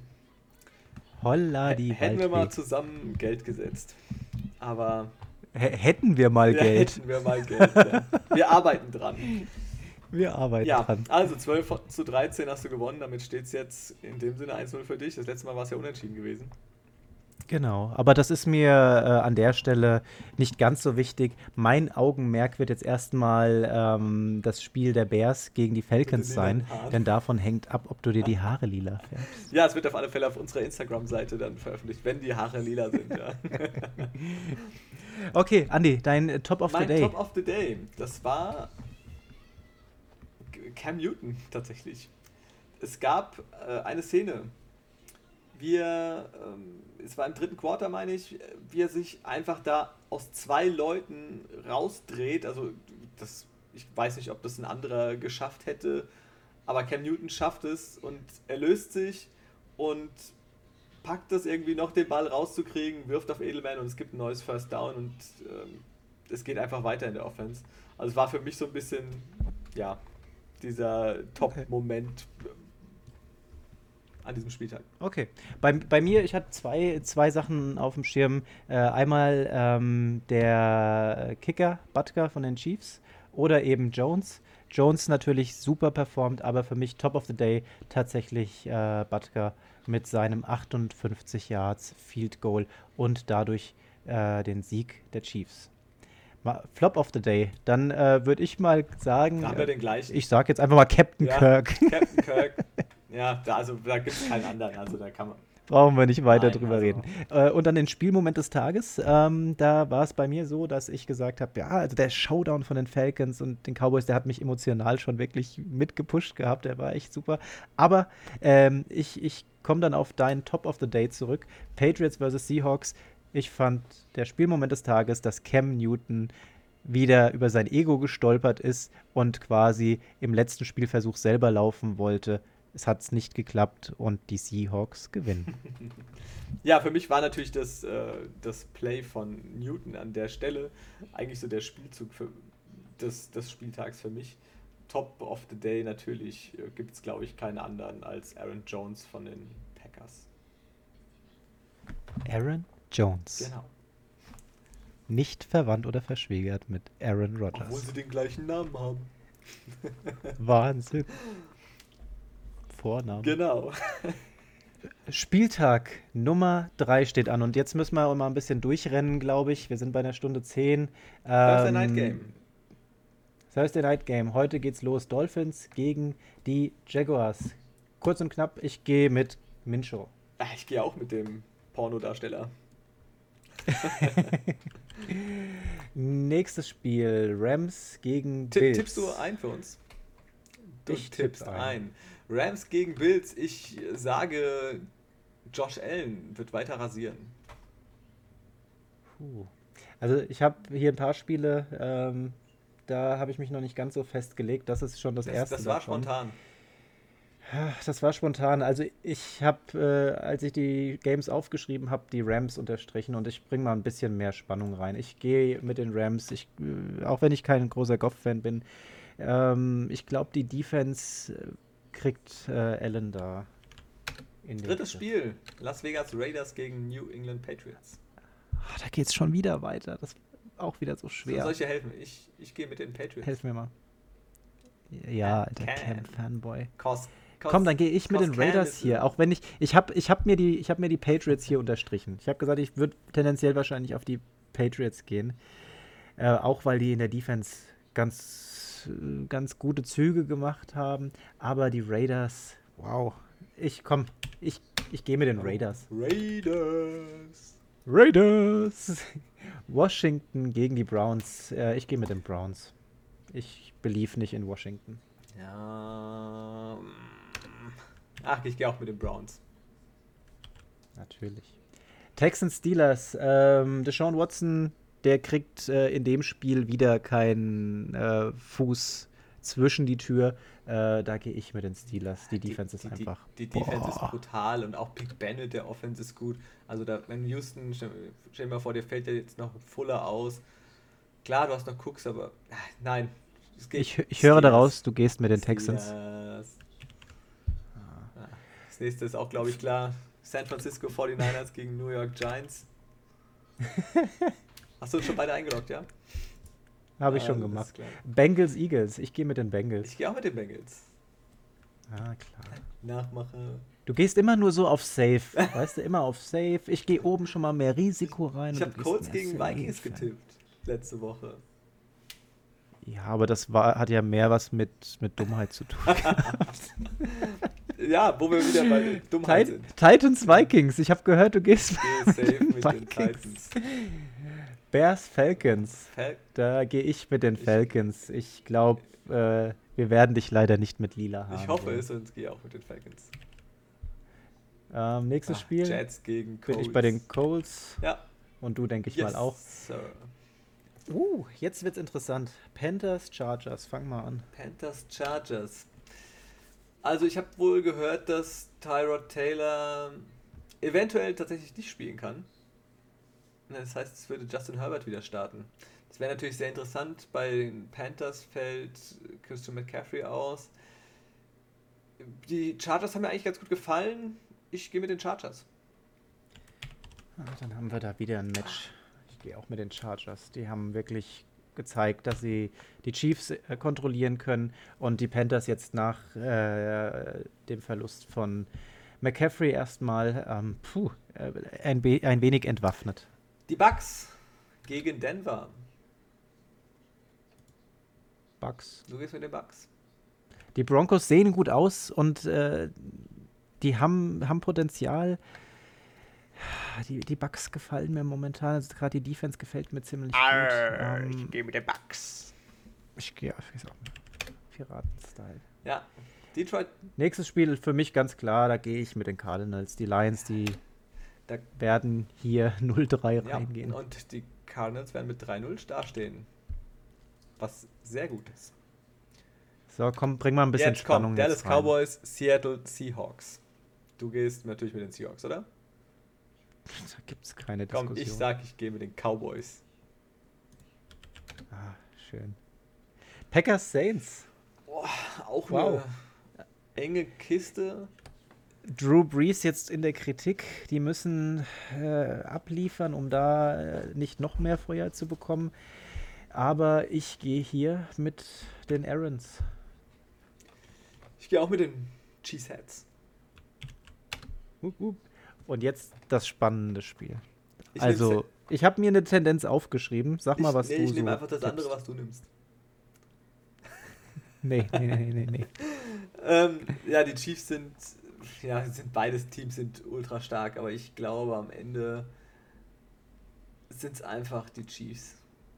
Holla die H- Hätten wir mal Waldfee. zusammen Geld gesetzt. Aber H hätten wir mal ja, Geld. hätten wir mal Geld. Ja. Wir arbeiten dran. Wir arbeiten Ja, dran. also zwölf zu dreizehn hast du gewonnen. Damit steht es jetzt in dem Sinne eins null für dich. Das letzte Mal war es ja unentschieden gewesen. Genau, aber das ist mir äh, an der Stelle nicht ganz so wichtig. Mein Augenmerk wird jetzt erstmal ähm, das Spiel der Bears gegen die Falcons den sein, lilanen Haaren. denn davon hängt ab, ob du dir die Haare lila färbst. Ja, es wird auf alle Fälle auf unserer Instagram-Seite dann veröffentlicht, wenn die Haare lila sind. Ja. Okay, Andi, dein äh, Top of the Mein Day. Top of the Day, das war Cam Newton tatsächlich. Es gab äh, eine Szene, wie er, ähm, es war im dritten Quarter, meine ich, wie er sich einfach da aus zwei Leuten rausdreht. Also das, ich weiß nicht, ob das ein anderer geschafft hätte, aber Cam Newton schafft es und er löst sich und packt das irgendwie noch, den Ball rauszukriegen, wirft auf Edelman und es gibt ein neues First Down und ähm, es geht einfach weiter in der Offense. Also es war für mich so ein bisschen, ja, dieser Top-Moment an diesem Spieltag. Okay. Bei, bei mir, ich hatte zwei, zwei Sachen auf dem Schirm. Äh, einmal ähm, der Kicker, Butker von den Chiefs oder eben Jones. Jones natürlich super performt, aber für mich Top of the Day tatsächlich äh, Butker mit seinem achtundfünfzig Yards Field Goal und dadurch äh, den Sieg der Chiefs. Ma- Flop of the Day, dann äh, würde ich mal sagen, Da haben wir äh, den gleichen. ich sage jetzt einfach mal Captain Ja, Kirk. Captain Kirk. Ja, da, also da gibt es keinen anderen. Also da kann man. Brauchen wir nicht weiter Nein, drüber reden. also. Äh, und dann den Spielmoment des Tages. Ähm, da war es bei mir so, dass ich gesagt habe, ja, also der Showdown von den Falcons und den Cowboys, der hat mich emotional schon wirklich mitgepusht gehabt. Der war echt super. Aber ähm, ich, ich komme dann auf deinen Top of the Day zurück. Patriots versus Seahawks. Ich fand der Spielmoment des Tages, dass Cam Newton wieder über sein Ego gestolpert ist und quasi im letzten Spielversuch selber laufen wollte. Es hat es nicht geklappt und die Seahawks gewinnen. Ja, für mich war natürlich das, äh, das Play von Newton an der Stelle eigentlich so der Spielzug für, des, des Spieltags für mich. Top of the Day natürlich äh, gibt es, glaube ich, keinen anderen als Aaron Jones von den Packers. Aaron Jones. Genau. Nicht verwandt oder verschwägert mit Aaron Obwohl Rodgers. sie den gleichen Namen haben. Wahnsinn. Vorname. Genau. Spieltag Nummer drei steht an und jetzt müssen wir mal ein bisschen durchrennen, glaube ich. Wir sind bei einer Stunde zehn. Thursday Night Game. Thursday Night Game. Heute geht's los. Dolphins gegen die Jaguars. Kurz und knapp, ich gehe mit Minshew. Ah, ich gehe auch mit dem Pornodarsteller. Nächstes Spiel, Rams gegen Tipp, Bills. tippst du ein für uns? Du Ich tippst tipp ein. ein. Rams gegen Bills. Ich sage, Josh Allen wird weiter rasieren. Puh. Also ich habe hier ein paar Spiele, ähm, da habe ich mich noch nicht ganz so festgelegt. Das ist schon das, Das, erste das war davon. spontan. Das war spontan. Also ich habe, äh, als ich die Games aufgeschrieben habe, die Rams unterstrichen und ich bringe mal ein bisschen mehr Spannung rein. Ich gehe mit den Rams, ich, äh, auch wenn ich kein großer Goff-Fan bin. Ähm, ich glaube, die Defense äh, kriegt äh, Allen da in den Drittes Griff. Spiel. Las Vegas Raiders gegen New England Patriots. Ah, da geht es schon wieder weiter. Das ist auch wieder so So, schwer. soll ich dir helfen? Ich, ich gehe mit den Patriots. Hilf mir mal. Ja, I der can. Cam-Fanboy. Cause, cause, Komm, dann gehe ich mit cause den Cam Raiders is hier. a- Auch wenn ich, ich habe ich hab mir, die- ich hab mir die Patriots hier unterstrichen. Ich habe gesagt, ich würde tendenziell wahrscheinlich auf die Patriots gehen. Äh, auch weil die in der Defense ganz, äh, ganz gute Züge gemacht haben. Aber die Raiders, wow. Ich komm, ich, ich gehe mit den Raiders. Raiders. Raiders! Washington gegen die Browns. Äh, ich gehe mit den Browns. Ich believe nicht in Washington. Ja. mm. Ach, ich gehe auch mit den Browns. Natürlich. Texans Steelers. Ähm, Deshaun Watson, der kriegt äh, in dem Spiel wieder keinen äh, Fuß zwischen die Tür. Äh, da gehe ich mit den Steelers. Die Defense ist die, einfach. Die, die Defense ist Boah. brutal und auch Big Bennett, der Offense ist gut. Also da, wenn Houston, stell, stell dir mal vor, dir fällt ja jetzt noch Fuller aus. Klar, du hast noch Cooks, aber ah, nein. Es geht Ich, ich höre Steelers. daraus, du gehst mit den Texans. Steelers. Ah, das nächste ist auch, glaube ich, klar. San Francisco forty-niners gegen New York Giants. Hast du uns schon beide eingeloggt, ja? Habe ich Ah, schon das ist gemacht. klar. Bengals Eagles. Ich gehe mit den Bengals. Ich gehe auch mit den Bengals. Ah, klar. Nachmache. Du gehst immer nur so auf Safe. Weißt du, immer auf Safe. Ich gehe oben schon mal mehr Risiko rein. Ich und habe du gehst Colts mehr gegen Safe. Vikings getippt. Letzte Woche. Ja, aber das war, hat ja mehr was mit, mit Dummheit zu tun. Ja, wo wir wieder bei Dummheit Tit- sind. Titans Vikings. Ich habe gehört, du gehst Ich gehe safe mit den Vikings. Titans. Bears Falcons. Fal Da gehe ich mit den Ich- Falcons. Ich glaube, äh, wir werden dich leider nicht mit Lila haben. ich hoffe sehen. es und gehe auch mit den Falcons. Ähm, nächstes Ah, Spiel Jets gegen Colts. bin ich bei den Colts Ja, und du, denke ich yes, mal, auch. Sir. Uh, jetzt wird's interessant. Panthers, Chargers, fang mal an. Panthers Chargers. Also ich habe wohl gehört, dass Tyrod Taylor eventuell tatsächlich nicht spielen kann. Das heißt, es würde Justin Herbert wieder starten. Das wäre natürlich sehr interessant. Bei den Panthers fällt Christian McCaffrey aus. Die Chargers haben mir eigentlich ganz gut gefallen. Ich gehe mit den Chargers. Ah, dann haben wir da wieder ein Match. Ich gehe auch mit den Chargers. Die haben wirklich gezeigt, dass sie die Chiefs äh, kontrollieren können und die Panthers jetzt nach äh, dem Verlust von McCaffrey erstmal ähm, puh, äh, ein, be- ein wenig entwaffnet. Die Bucks gegen Denver. Bucks. Du gehst mit den Bucks. Die Broncos sehen gut aus und äh, die haben, haben Potenzial. Die, die Bucks gefallen mir momentan. Also gerade die Defense gefällt mir ziemlich Arr, gut. ich Ähm, gehe mit den Bucks. ich gehe auf Piraten-Style. Ja, Detroit, Nächstes Spiel für mich ganz klar, da gehe ich mit den Cardinals. Die Lions, die da, werden hier null drei ja, reingehen. und die Cardinals werden mit drei null dastehen. Was sehr gut ist. So, komm, bring mal ein bisschen Jetzt Spannung kommt Dallas jetzt rein. Cowboys, Seattle Seahawks. Du gehst natürlich mit den Seahawks, oder? Da gibt es keine Diskussion. Komm, ich sag, ich gehe mit den Cowboys. Ah, schön. Packers Saints. Boah, auch Wow. eine enge Kiste. Drew Brees jetzt in der Kritik. Die müssen äh, abliefern, um da äh, nicht noch mehr Feuer zu bekommen. Aber ich gehe hier mit den Aarons. Ich gehe auch mit den Cheeseheads. Hup, hup. Und jetzt das spannende Spiel. Ich also, nehm's- ich habe mir eine Tendenz aufgeschrieben. Sag mal, ich, was nee, du ich so nehme einfach das tippst. andere, was du nimmst. Nee, nee, nee, nee, nee. Ähm, ja, die Chiefs sind, ja, sind beides Teams sind ultra stark, aber ich glaube am Ende sind es einfach die Chiefs.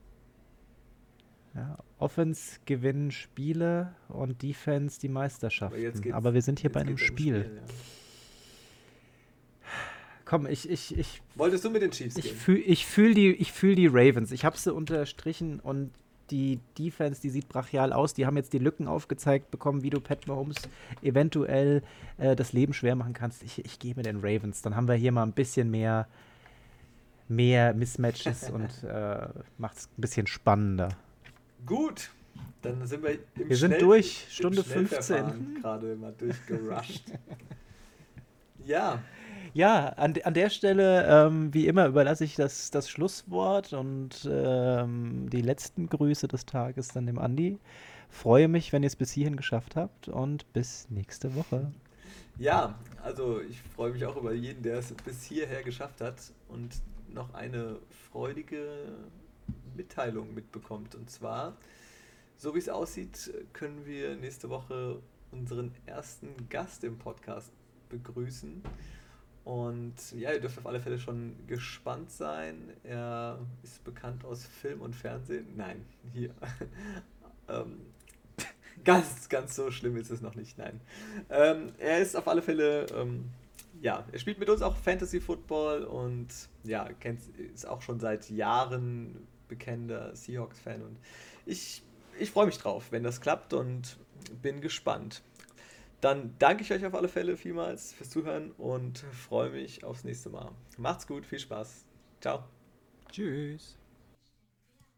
Ja, Offense gewinnen Spiele und Defense die Aber, Meisterschaften. jetzt geht's, Aber wir sind hier jetzt bei einem geht's um Spiel. ja. Komm, ich, ich, ich, Wolltest du mit den Chiefs ich gehen? fühle ich fühl die, ich fühl die Ravens. Ich habe sie unterstrichen und die Defense, die sieht brachial aus. Die haben jetzt die Lücken aufgezeigt bekommen, wie du Pat Mahomes eventuell äh, das Leben schwer machen kannst. Ich, ich gehe mit den Ravens. Dann haben wir hier mal ein bisschen mehr, mehr Mismatches und äh, macht es ein bisschen spannender. Gut, dann sind wir im Wir sind Schnell- durch, im Stunde Schnellverfahren fünfzehn. gerade mal durchgerusht. Ja, Ja, an, de- an der Stelle, ähm, wie immer, überlasse ich das, das Schlusswort und ähm, die letzten Grüße des Tages dann dem Andi. Freue mich, wenn ihr es bis hierhin geschafft habt und bis nächste Woche. ja, also ich freue mich auch über jeden, der es bis hierher geschafft hat und noch eine freudige Mitteilung mitbekommt. Und zwar, so wie es aussieht, können wir nächste Woche unseren ersten Gast im Podcast begrüßen. Und ja, ihr dürft auf alle Fälle schon gespannt sein. Er ist bekannt aus Film und Fernsehen. Nein, hier. ähm, ganz, ganz so schlimm ist es noch nicht, nein. Ähm, er ist auf alle Fälle, ähm, ja, er spielt mit uns auch Fantasy Football und ja, kennt, ist auch schon seit Jahren bekennender Seahawks-Fan. Und ich, ich freue mich drauf, wenn das klappt und bin gespannt. Dann danke ich euch auf alle Fälle vielmals fürs Zuhören und freue mich aufs nächste Mal. Macht's gut, viel Spaß. Ciao. Tschüss.